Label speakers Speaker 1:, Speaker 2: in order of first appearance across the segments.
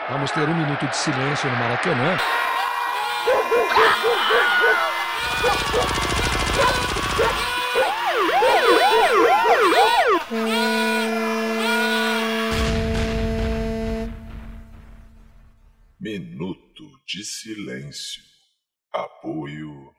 Speaker 1: Vamos ter um minuto de silêncio no Maracanã.
Speaker 2: Minuto de silêncio. Apoio.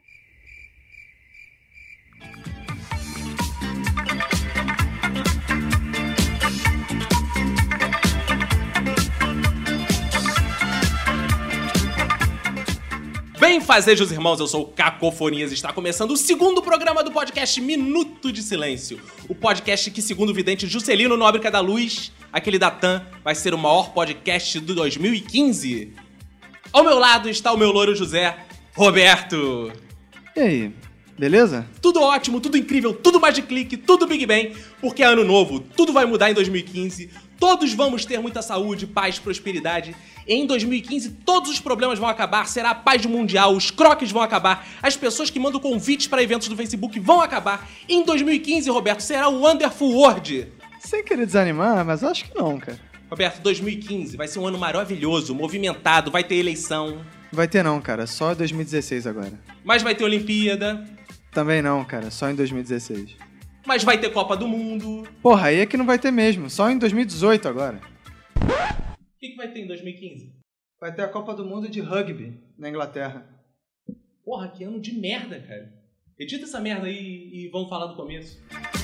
Speaker 3: Bem, fazejos irmãos, eu sou o Cacofonias e está começando o segundo programa do podcast Minuto de Silêncio. O podcast que, segundo o vidente Juscelino Nóbrega da Luz, aquele da TAM, vai ser o maior podcast do 2015. Ao meu lado está o meu louro José, Roberto.
Speaker 4: E aí, beleza?
Speaker 3: Tudo ótimo, tudo incrível, tudo Magic Click, tudo Big Bang, porque é ano novo, tudo vai mudar em 2015, todos vamos ter muita saúde, paz, prosperidade. Em 2015, todos os problemas vão acabar, será a paz mundial, os croques vão acabar, as pessoas que mandam convites para eventos do Facebook vão acabar. Em 2015, Roberto, será o Wonderful World.
Speaker 4: Sem querer desanimar, mas acho que não, cara.
Speaker 3: Roberto, 2015 vai ser um ano maravilhoso, movimentado, vai ter eleição.
Speaker 4: Vai ter não, cara, só em 2016 agora.
Speaker 3: Mas vai ter Olimpíada.
Speaker 4: Também não, cara, só em 2016.
Speaker 3: Mas vai ter Copa do Mundo.
Speaker 4: Porra, aí é que não vai ter mesmo, só em 2018 agora.
Speaker 3: O que vai ter em 2015?
Speaker 4: Vai ter a Copa do Mundo de Rugby na Inglaterra.
Speaker 3: Porra, que ano de merda, cara. Edita essa merda aí e vamos falar do começo.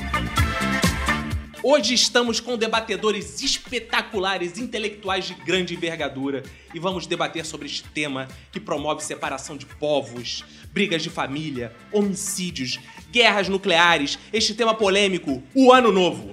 Speaker 3: Hoje estamos com debatedores espetaculares, intelectuais de grande envergadura e vamos debater sobre este tema que promove separação de povos, brigas de família, homicídios, guerras nucleares, este tema polêmico, o Ano Novo.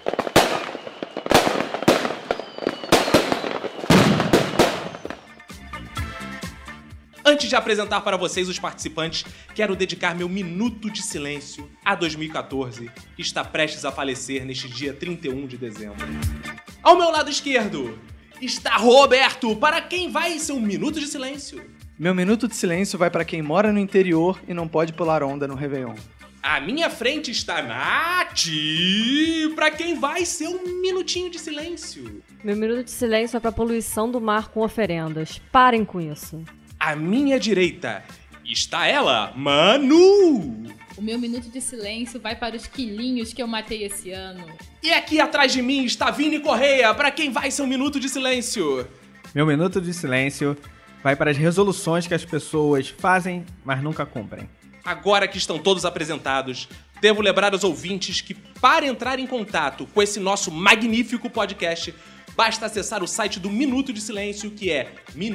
Speaker 3: Antes de apresentar para vocês os participantes, quero dedicar meu minuto de silêncio a 2014, que está prestes a falecer neste dia 31 de dezembro. Ao meu lado esquerdo está Roberto, para quem vai ser um minuto de silêncio.
Speaker 4: Meu minuto de silêncio vai pra quem mora no interior e não pode pular onda no Réveillon.
Speaker 3: À minha frente está Nath, para quem vai ser um minutinho de silêncio.
Speaker 5: Meu minuto de silêncio é pra poluição do mar com oferendas. Parem com isso.
Speaker 3: À minha direita está ela, Manu.
Speaker 6: O meu minuto de silêncio vai para os quilinhos que eu matei esse ano.
Speaker 3: E aqui atrás de mim está Vini Correia, para quem vai ser um minuto de silêncio.
Speaker 7: Meu minuto de silêncio vai para as resoluções que as pessoas fazem, mas nunca cumprem.
Speaker 3: Agora que estão todos apresentados, devo lembrar aos ouvintes que, para entrar em contato com esse nosso magnífico podcast, basta acessar o site do Minuto de Silêncio, que é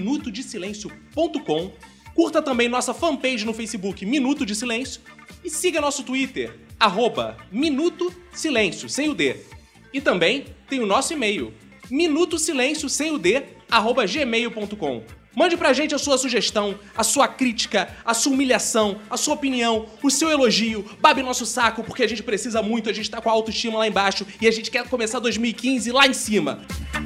Speaker 3: minutodesilencio.com. Curta também nossa fanpage no Facebook, Minuto de Silêncio, e siga nosso Twitter, @MinutoSilêncio, sem o D. E também tem o nosso e-mail, minutosilencio, sem o D, @gmail.com. Mande pra gente a sua sugestão, a sua crítica, a sua humilhação, a sua opinião, o seu elogio, babe nosso saco, porque a gente precisa muito, a gente tá com a autoestima lá embaixo e a gente quer começar 2015 lá em cima.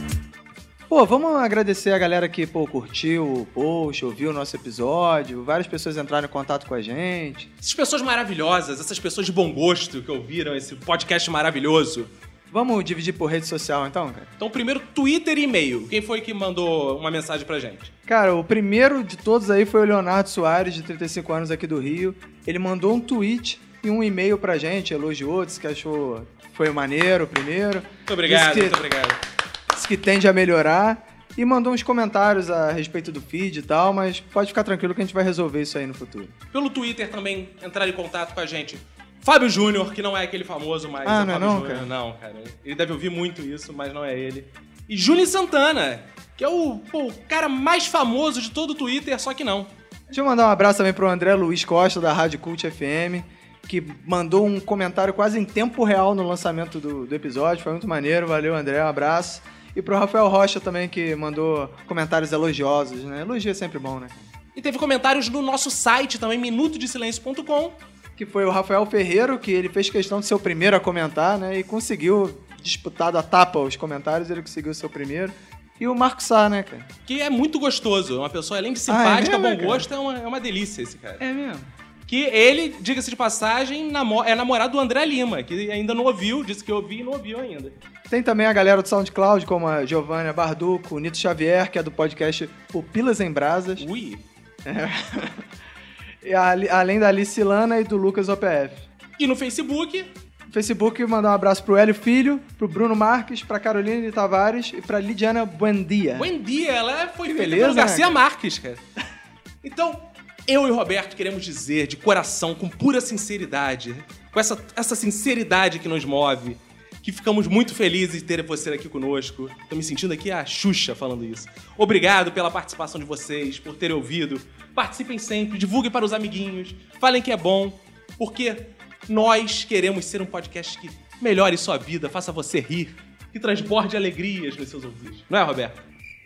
Speaker 4: Pô, vamos agradecer a galera que, curtiu o post, ouviu o nosso episódio, várias pessoas entraram em contato com a gente.
Speaker 3: Essas pessoas maravilhosas, essas pessoas de bom gosto que ouviram esse podcast maravilhoso.
Speaker 4: Vamos dividir por rede social, então, cara?
Speaker 3: Então, primeiro, Twitter e e-mail. Quem foi que mandou uma mensagem pra gente?
Speaker 4: Cara, o primeiro de todos aí foi o Leonardo Soares, de 35 anos aqui do Rio. Ele mandou um tweet e um e-mail pra gente, elogiou, disse que achou foi maneiro o primeiro.
Speaker 3: Muito obrigado, muito obrigado.
Speaker 4: Disse que tende a melhorar e mandou uns comentários a respeito do feed e tal, mas pode ficar tranquilo que a gente vai resolver isso aí no futuro.
Speaker 3: Pelo Twitter também entrar em contato com a gente. Fábio Júnior, que não é aquele famoso, mas
Speaker 4: não
Speaker 3: é
Speaker 4: é
Speaker 3: Fábio
Speaker 4: não,
Speaker 3: Júnior.
Speaker 4: cara?
Speaker 3: Não, cara. Ele deve ouvir muito isso, mas não é ele. E Júnior Santana, que é o cara mais famoso de todo o Twitter, só que não.
Speaker 4: Deixa eu mandar um abraço também pro André Luiz Costa, da Rádio Cult FM, que mandou um comentário quase em tempo real no lançamento do episódio. Foi muito maneiro, valeu, André, um abraço. E pro Rafael Rocha também, que mandou comentários elogiosos, né? Elogio é sempre bom, né?
Speaker 3: E teve comentários no nosso site também, minutodesilencio.com.
Speaker 4: Que foi o Rafael Ferreiro, que ele fez questão de ser o primeiro a comentar, né? E conseguiu, disputado a tapa os comentários, ele conseguiu ser o primeiro. E o Marco Sá, né, cara?
Speaker 3: Que é muito gostoso. Uma pessoa, além de simpática,
Speaker 4: mesmo,
Speaker 3: bom
Speaker 4: cara?
Speaker 3: gosto, é uma delícia esse cara.
Speaker 4: É mesmo?
Speaker 3: Que ele, diga-se de passagem, é namorado do André Lima, que ainda não ouviu, disse que ouviu e não ouviu ainda.
Speaker 4: Tem também a galera do SoundCloud, como a Giovânia Barduco, o Nito Xavier, que é do podcast Pupilas em Brasas.
Speaker 3: Ui.
Speaker 4: E além da Alice Lana e do Lucas OPF.
Speaker 3: E no Facebook...
Speaker 4: Facebook, mandar um abraço pro Hélio Filho, pro Bruno Marques, pra Caroline Tavares e pra Lidiana Buendia.
Speaker 3: Buendia, ela foi feita
Speaker 4: Beleza,
Speaker 3: pelo Garcia
Speaker 4: né?
Speaker 3: Marques, cara. Então, eu e o Roberto queremos dizer de coração, com pura sinceridade, com essa sinceridade que nos move, que ficamos muito felizes de ter você aqui conosco. Tô me sentindo aqui a Xuxa falando isso. Obrigado pela participação de vocês, por terem ouvido. Participem sempre, divulguem para os amiguinhos, falem que é bom, porque nós queremos ser um podcast que melhore sua vida, faça você rir, que transborde alegrias nos seus ouvidos. Não é, Roberto?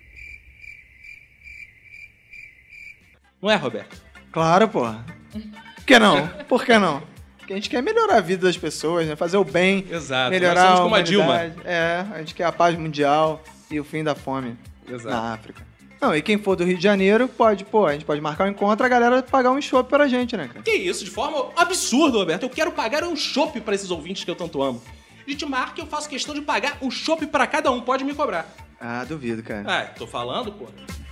Speaker 3: Não é, Roberto?
Speaker 4: Claro, porra. Por que não? Por que não? Porque a gente quer melhorar a vida das pessoas, né? Fazer o bem,
Speaker 3: Exato.
Speaker 4: melhorar
Speaker 3: Nós somos
Speaker 4: a
Speaker 3: como a Dilma.
Speaker 4: humanidade. A gente quer a paz mundial e o fim da fome na África. Não, e quem for do Rio de Janeiro, a gente pode marcar um encontro, a galera pagar um chopp pra gente, né, cara?
Speaker 3: Que isso, de forma absurda, Roberto. Eu quero pagar um chopp pra esses ouvintes que eu tanto amo. A gente marca e eu faço questão de pagar um chopp pra cada um, pode me cobrar.
Speaker 4: Ah, duvido, cara.
Speaker 3: Tô falando, pô.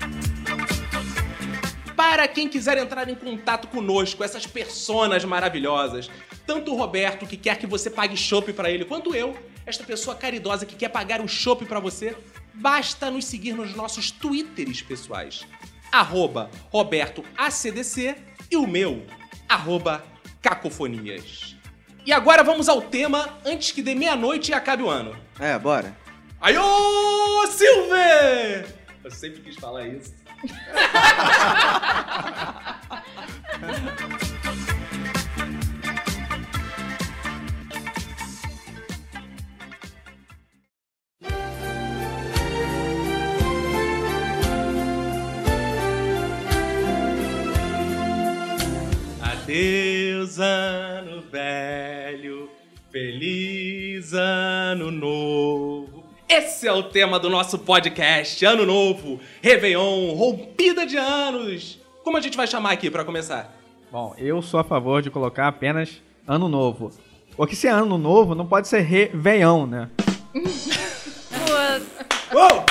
Speaker 3: Para quem quiser entrar em contato conosco, essas personas maravilhosas, tanto o Roberto, que quer que você pague chopp pra ele, quanto eu, esta pessoa caridosa que quer pagar um chopp pra você, basta nos seguir nos nossos twitters pessoais. @RobertoACDC e o meu, @Cacofonias. E agora vamos ao tema antes que dê meia-noite e acabe o ano.
Speaker 4: Bora.
Speaker 3: Aiô, Silver! Eu sempre quis falar isso. Adeus, ano velho, feliz ano novo. Esse é o tema do nosso podcast, Ano Novo, Réveillon, rompida de anos. Como a gente vai chamar aqui pra começar?
Speaker 7: Bom, eu sou a favor de colocar apenas Ano Novo. Porque se é Ano Novo, não pode ser Réveillon, né?
Speaker 3: Uou!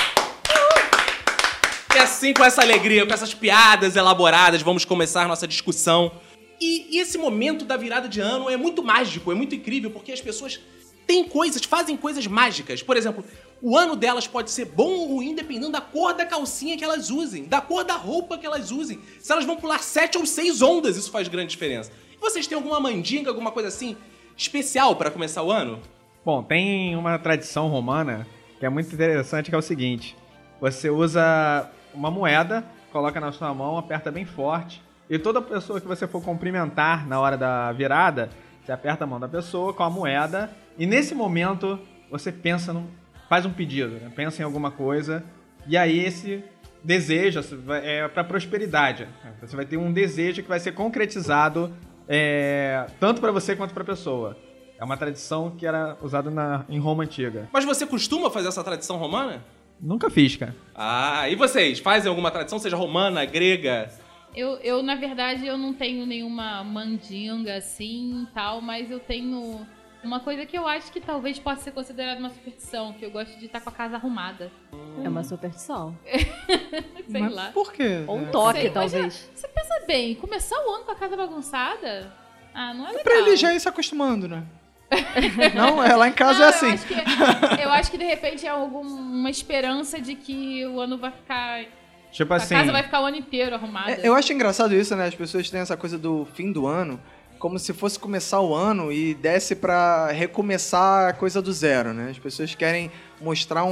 Speaker 3: E assim, com essa alegria, com essas piadas elaboradas, vamos começar nossa discussão. E esse momento da virada de ano é muito mágico, é muito incrível, porque as pessoas fazem coisas mágicas. Por exemplo, o ano delas pode ser bom ou ruim dependendo da cor da calcinha que elas usem, da cor da roupa que elas usem. Se elas vão pular 7 ou 6 ondas, isso faz grande diferença. E vocês têm alguma mandinga, alguma coisa assim especial pra começar o ano?
Speaker 7: Bom, tem uma tradição romana que é muito interessante, que é o seguinte. Você usa uma moeda, coloca na sua mão, aperta bem forte, e toda pessoa que você for cumprimentar na hora da virada, você aperta a mão da pessoa com a moeda, e nesse momento você faz um pedido, né? Pensa em alguma coisa, e aí esse desejo é para prosperidade. Você vai ter um desejo que vai ser concretizado tanto para você quanto para a pessoa. É uma tradição que era usada em Roma Antiga.
Speaker 3: Mas você costuma fazer essa tradição romana?
Speaker 7: Nunca fiz, cara.
Speaker 3: Ah, e vocês? Fazem alguma tradição, seja romana, grega?
Speaker 6: Eu, na verdade, eu não tenho nenhuma mandinga assim e tal, mas eu tenho uma coisa que eu acho que talvez possa ser considerada uma superstição, que eu gosto de estar com a casa arrumada.
Speaker 5: É uma superstição.
Speaker 6: Sei lá.
Speaker 4: Por quê?
Speaker 5: Ou um toque,
Speaker 6: Sei, mas
Speaker 5: talvez.
Speaker 6: Você pensa bem, começar o ano com a casa bagunçada? Ah, não é legal.
Speaker 4: Pra ele já ir se acostumando, né? Não, lá em casa
Speaker 6: Não,
Speaker 4: é assim.
Speaker 6: Eu acho que de repente é alguma esperança de que o ano vai ficar...
Speaker 7: Tipo assim...
Speaker 6: A casa vai ficar o ano inteiro arrumada.
Speaker 4: Eu acho engraçado isso, né? As pessoas têm essa coisa do fim do ano, como se fosse começar o ano e desse pra recomeçar a coisa do zero, né? As pessoas querem mostrar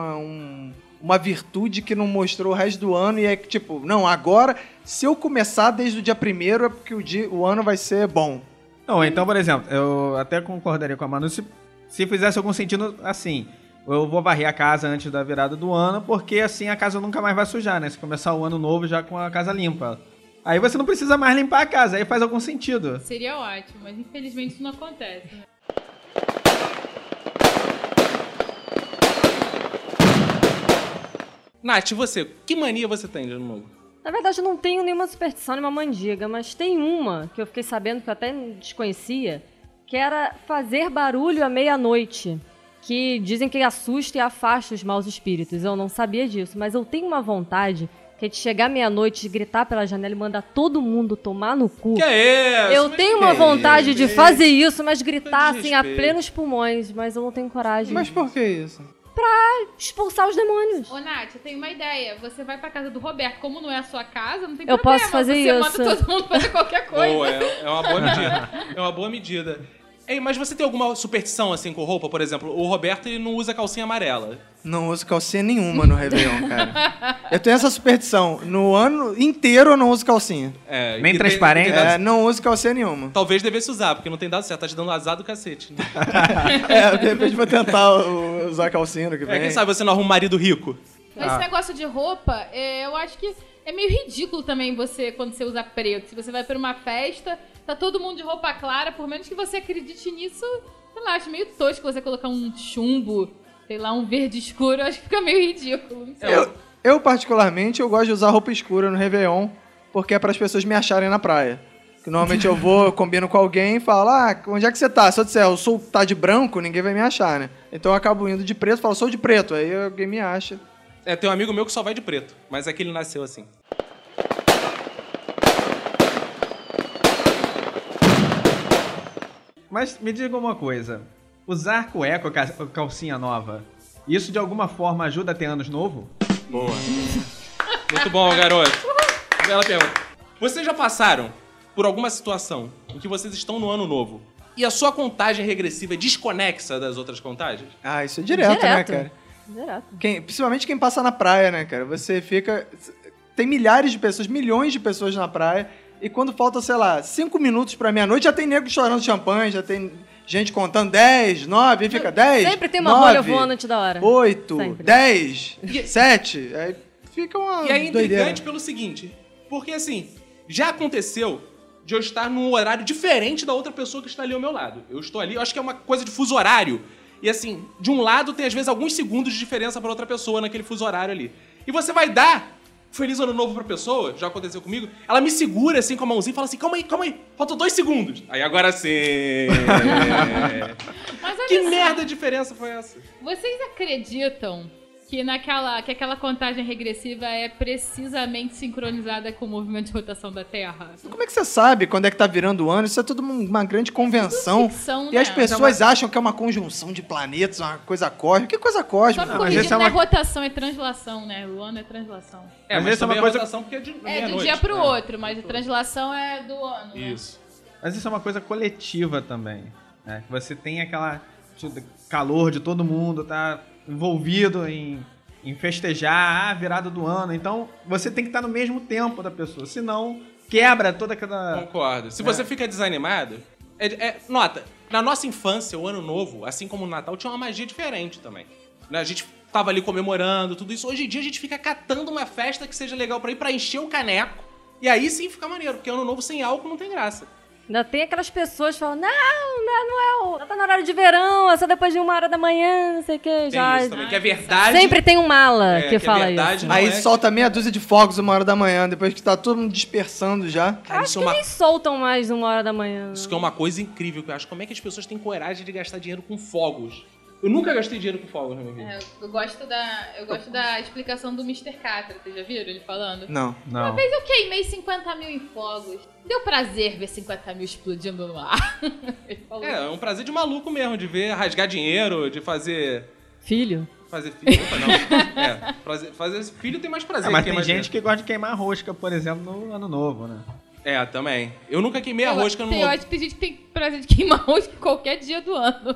Speaker 4: uma virtude que não mostrou o resto do ano e é que, tipo, não, agora, se eu começar desde o dia 1º é porque o ano vai ser bom.
Speaker 7: Não, então, por exemplo, eu até concordaria com a Manu se fizesse algum sentido assim. Eu vou varrer a casa antes da virada do ano, porque assim a casa nunca mais vai sujar, né? Se começar o ano novo já com a casa limpa. Aí você não precisa mais limpar a casa, aí faz algum sentido.
Speaker 6: Seria ótimo, mas infelizmente isso não acontece, né?
Speaker 3: Nath, você, que mania você tem de ano novo?
Speaker 5: Na verdade, eu não tenho nenhuma superstição, nenhuma mandiga, mas tem uma que eu fiquei sabendo que eu até desconhecia, que era fazer barulho à meia-noite, que dizem que assusta e afasta os maus espíritos. Eu não sabia disso, mas eu tenho uma vontade que é de chegar meia-noite, gritar pela janela e mandar todo mundo tomar no cu.
Speaker 3: Que é isso?
Speaker 5: Eu tenho uma vontade de fazer isso, mas gritar
Speaker 3: de
Speaker 5: assim a
Speaker 3: respeito.
Speaker 5: plenos pulmões, mas eu não tenho coragem.
Speaker 4: Mas por que isso?
Speaker 5: Expulsar os demônios.
Speaker 6: Ô, Nath, eu tenho uma ideia. Você vai pra casa do Roberto. Como não é a sua casa, não tem
Speaker 5: Eu
Speaker 6: problema.
Speaker 5: posso fazer
Speaker 6: você
Speaker 5: isso.
Speaker 6: manda todo mundo fazer qualquer coisa.
Speaker 3: Boa, é uma boa medida. É uma boa medida. Ei, mas você tem alguma superstição assim com roupa? Por exemplo, o Roberto ele não usa calcinha amarela.
Speaker 4: Não uso calcinha nenhuma no Réveillon, cara. Eu tenho essa superstição. No ano inteiro eu não uso calcinha.
Speaker 3: É,
Speaker 7: Bem
Speaker 3: e
Speaker 7: transparente.
Speaker 4: Não uso calcinha nenhuma.
Speaker 3: Talvez devesse usar, porque não tem dado certo. Tá te dando azar do cacete. Né?
Speaker 4: De repente vou tentar usar calcinha no que vem.
Speaker 3: Quem sabe você não arruma um marido rico?
Speaker 6: Mas esse negócio de roupa, eu acho que é meio ridículo também quando você usa preto. Se você vai pra uma festa, tá todo mundo de roupa clara, por menos que você acredite nisso, sei lá, acho meio tosco você colocar um chumbo, sei lá, um verde escuro, eu acho que fica meio ridículo. Não sei.
Speaker 4: Eu, particularmente, eu gosto de usar roupa escura no Réveillon, porque é para as pessoas me acharem na praia. Que normalmente eu combino com alguém e falo, onde é que você tá? Se eu disser, tá de branco, ninguém vai me achar, né? Então eu acabo indo de preto, falo, sou de preto, aí alguém me acha.
Speaker 3: Tem um amigo meu que só vai de preto, mas é que ele nasceu assim.
Speaker 7: Mas me diga uma coisa. Usar cueca ou calcinha nova, isso de alguma forma ajuda a ter anos novo?
Speaker 3: Boa. Muito bom, garoto. Bela pergunta. Vocês já passaram por alguma situação em que vocês estão no ano novo e a sua contagem regressiva é desconexa das outras contagens?
Speaker 4: Isso é direto, né, cara?
Speaker 5: Direto.
Speaker 4: Principalmente quem passa na praia, né, cara? Você fica... Tem milhares de pessoas, milhões de pessoas na praia, e quando falta, sei lá, 5 minutos pra meia-noite, já tem nego chorando champanhe, já tem gente contando 10, 9, aí fica 10,
Speaker 5: Sempre tem uma
Speaker 4: 9,
Speaker 5: rolha voando antes da hora.
Speaker 4: 8,
Speaker 5: Sempre.
Speaker 4: 10, 7, aí fica uma
Speaker 3: E é
Speaker 4: doideira.
Speaker 3: intrigante pelo seguinte, porque assim, já aconteceu de eu estar num horário diferente da outra pessoa que está ali ao meu lado. Eu estou ali, eu acho que é uma coisa de fuso horário. E assim, de um lado tem às vezes alguns segundos de diferença para outra pessoa naquele fuso horário ali. E você vai dar Feliz Ano Novo pra pessoa, já aconteceu comigo, ela me segura assim com a mãozinha e fala assim, calma aí, faltam 2 segundos. Aí agora sim.
Speaker 6: Mas olha
Speaker 3: Que
Speaker 6: só,
Speaker 3: merda de diferença foi essa?
Speaker 6: vocês acreditam que aquela contagem regressiva é precisamente sincronizada com o movimento de rotação da Terra?
Speaker 4: Como é que você sabe quando é que tá virando o ano? Isso é tudo uma grande convenção.
Speaker 6: Ficção,
Speaker 4: E
Speaker 6: né?
Speaker 4: as pessoas acham que é uma conjunção de planetas, uma coisa cósmica. Que coisa
Speaker 6: Só
Speaker 4: cósmica?
Speaker 6: me
Speaker 7: mas
Speaker 6: corrigindo,
Speaker 7: essa é
Speaker 6: não é
Speaker 7: uma-
Speaker 6: rotação, é translação, né? O ano é translação.
Speaker 3: Mas
Speaker 7: essa é uma
Speaker 3: também
Speaker 7: coisa-
Speaker 3: rotação porque é de
Speaker 6: É, do
Speaker 3: meia-noite,
Speaker 6: dia pro
Speaker 3: né?
Speaker 6: outro, mas a translação é do ano, né?
Speaker 3: Isso.
Speaker 7: Mas isso é uma coisa coletiva também, né? Que você tem aquela calor de todo mundo, tá envolvido em festejar a virada do ano. Então, você tem que estar no mesmo tempo da pessoa, senão quebra toda aquela...
Speaker 3: Concordo. Se você fica desanimado... Nota, na nossa infância, o Ano Novo, assim como o Natal, tinha uma magia diferente também. Né? A gente tava ali comemorando tudo isso. Hoje em dia a gente fica catando uma festa que seja legal pra ir pra encher o caneco. E aí sim fica maneiro, porque Ano Novo sem álcool não tem graça.
Speaker 5: Ainda tem aquelas pessoas que falam, não, já tá no horário de verão, é só depois de 1h da manhã, não sei o que.
Speaker 3: Tem
Speaker 5: Já...
Speaker 3: isso também, que é verdade.
Speaker 5: Sempre tem um mala que
Speaker 3: que
Speaker 5: fala
Speaker 3: é verdade,
Speaker 5: isso.
Speaker 3: não
Speaker 4: Aí
Speaker 3: é-
Speaker 4: solta meia dúzia de fogos 1h da manhã, depois que tá todo mundo dispersando já.
Speaker 3: Cara,
Speaker 5: Acho que nem soltam mais 1h da manhã.
Speaker 3: Isso que é uma coisa incrível que eu acho. Como é que as pessoas têm coragem de gastar dinheiro com fogos? Eu nunca gastei dinheiro com fogos na minha vida.
Speaker 6: Eu gosto da explicação do Mr. Catra, vocês já viram ele falando?
Speaker 4: Não.
Speaker 7: Não.
Speaker 6: Mas eu queimei 50 mil em fogos. Deu prazer ver 50 mil explodindo no ar. Ele falou.
Speaker 3: É um prazer de maluco mesmo, de ver rasgar dinheiro, de fazer
Speaker 5: Filho?
Speaker 3: filho. Opa, não. Fazer filho tem mais prazer.
Speaker 7: Mas
Speaker 3: que
Speaker 7: tem
Speaker 3: mais
Speaker 7: gente que gosta de queimar rosca, por exemplo, no Ano Novo, né?
Speaker 3: também. Eu nunca queimei a rosca no
Speaker 6: Eu acho que tem gente que tem prazer de queimar rosca qualquer dia do ano.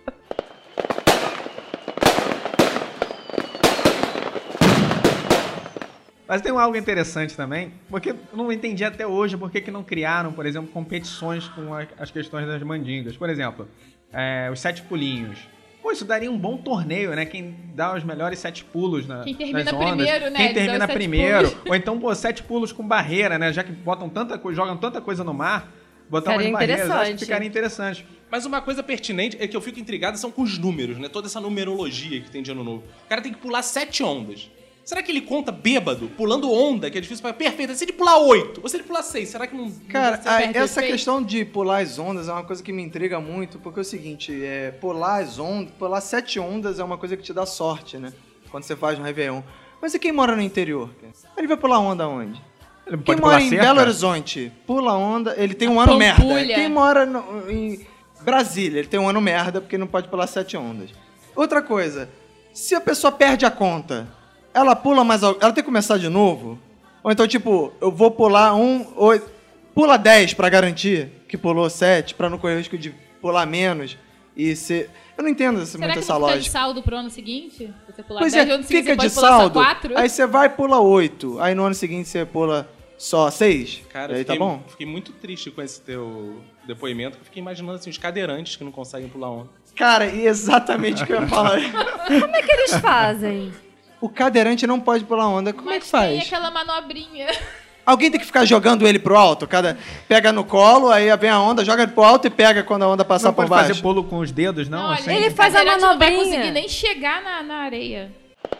Speaker 7: Mas tem algo interessante também, porque eu não entendi até hoje por que não criaram, por exemplo, competições com as questões das mandingas. Por exemplo, os 7 pulinhos. Pô, isso daria um bom torneio, né? Quem dá os melhores 7 pulos
Speaker 6: Quem termina
Speaker 7: nas ondas.
Speaker 6: primeiro, né?
Speaker 7: Quem
Speaker 6: Ele dá
Speaker 7: termina
Speaker 6: os 7
Speaker 7: primeiro.
Speaker 6: pulos.
Speaker 7: Ou então, pô, 7 pulos com barreira, né? Já que botam tanta coisa, jogam tanta coisa no mar, botar
Speaker 5: Ficaria
Speaker 7: umas barreiras, acho que
Speaker 5: interessante.
Speaker 7: ficaria interessante.
Speaker 3: Mas uma coisa pertinente é que eu fico intrigado são com os números, né? Toda essa numerologia que tem de Ano Novo. O cara tem que pular 7 ondas. Será que ele conta bêbado, pulando onda, que é difícil pra perfeito? Se ele pular 8, ou se ele pular 6, será que não...
Speaker 4: Cara,
Speaker 3: não perde
Speaker 4: essa
Speaker 3: efeito?
Speaker 4: questão de pular as ondas é uma coisa que me intriga muito, porque é o seguinte, pular as ondas, pular 7 ondas é uma coisa que te dá sorte, né? Quando você faz no Réveillon. Mas e quem mora no interior? Cara? Ele vai pular onda onde?
Speaker 7: Ele
Speaker 4: Quem
Speaker 7: pode
Speaker 4: mora
Speaker 7: pular
Speaker 4: em
Speaker 7: cerca?
Speaker 4: Belo Horizonte, pula onda, ele tem um
Speaker 6: A
Speaker 4: ano merda.
Speaker 6: Pampulha.
Speaker 4: Quem mora em Brasília, ele tem um ano merda porque não pode pular 7 ondas. Outra coisa, se a pessoa perde a conta, ela pula mais... Ela tem que começar de novo? Ou então, tipo, eu vou pular pula 10 pra garantir que pulou 7, pra não correr o risco de pular menos e ser... Eu não entendo
Speaker 6: Será
Speaker 4: muito
Speaker 6: que
Speaker 4: essa
Speaker 6: não fica de
Speaker 4: lógica.
Speaker 6: saldo pro ano seguinte? Você pular
Speaker 4: Pois
Speaker 6: 10
Speaker 4: é,
Speaker 6: ano seguinte,
Speaker 4: fica
Speaker 6: você
Speaker 4: de
Speaker 6: pode pular só
Speaker 4: saldo,
Speaker 6: 4?
Speaker 4: aí você vai e pula 8, aí no ano seguinte você pula só 6,
Speaker 3: Cara,
Speaker 4: e aí
Speaker 3: fiquei,
Speaker 4: tá bom?
Speaker 3: fiquei muito triste com esse teu depoimento, que eu fiquei imaginando assim, os cadeirantes que não conseguem pular onda.
Speaker 4: Cara, e exatamente o que eu ia falar.
Speaker 5: Como é que eles fazem?
Speaker 4: O cadeirante não pode pular onda, como é
Speaker 6: Mas
Speaker 4: que
Speaker 6: tem
Speaker 4: faz?
Speaker 6: aquela manobrinha.
Speaker 4: Alguém tem que ficar jogando ele pro alto? Pega no colo, aí vem a onda, joga ele pro alto e pega quando a onda passar
Speaker 7: Não
Speaker 4: por
Speaker 7: pode
Speaker 4: baixo.
Speaker 7: fazer pulo com os dedos, não?
Speaker 6: olha,
Speaker 7: assim?
Speaker 5: Ele
Speaker 6: o
Speaker 5: faz a
Speaker 6: cadeirante não vai
Speaker 5: manobrinha.
Speaker 6: conseguir nem chegar na areia.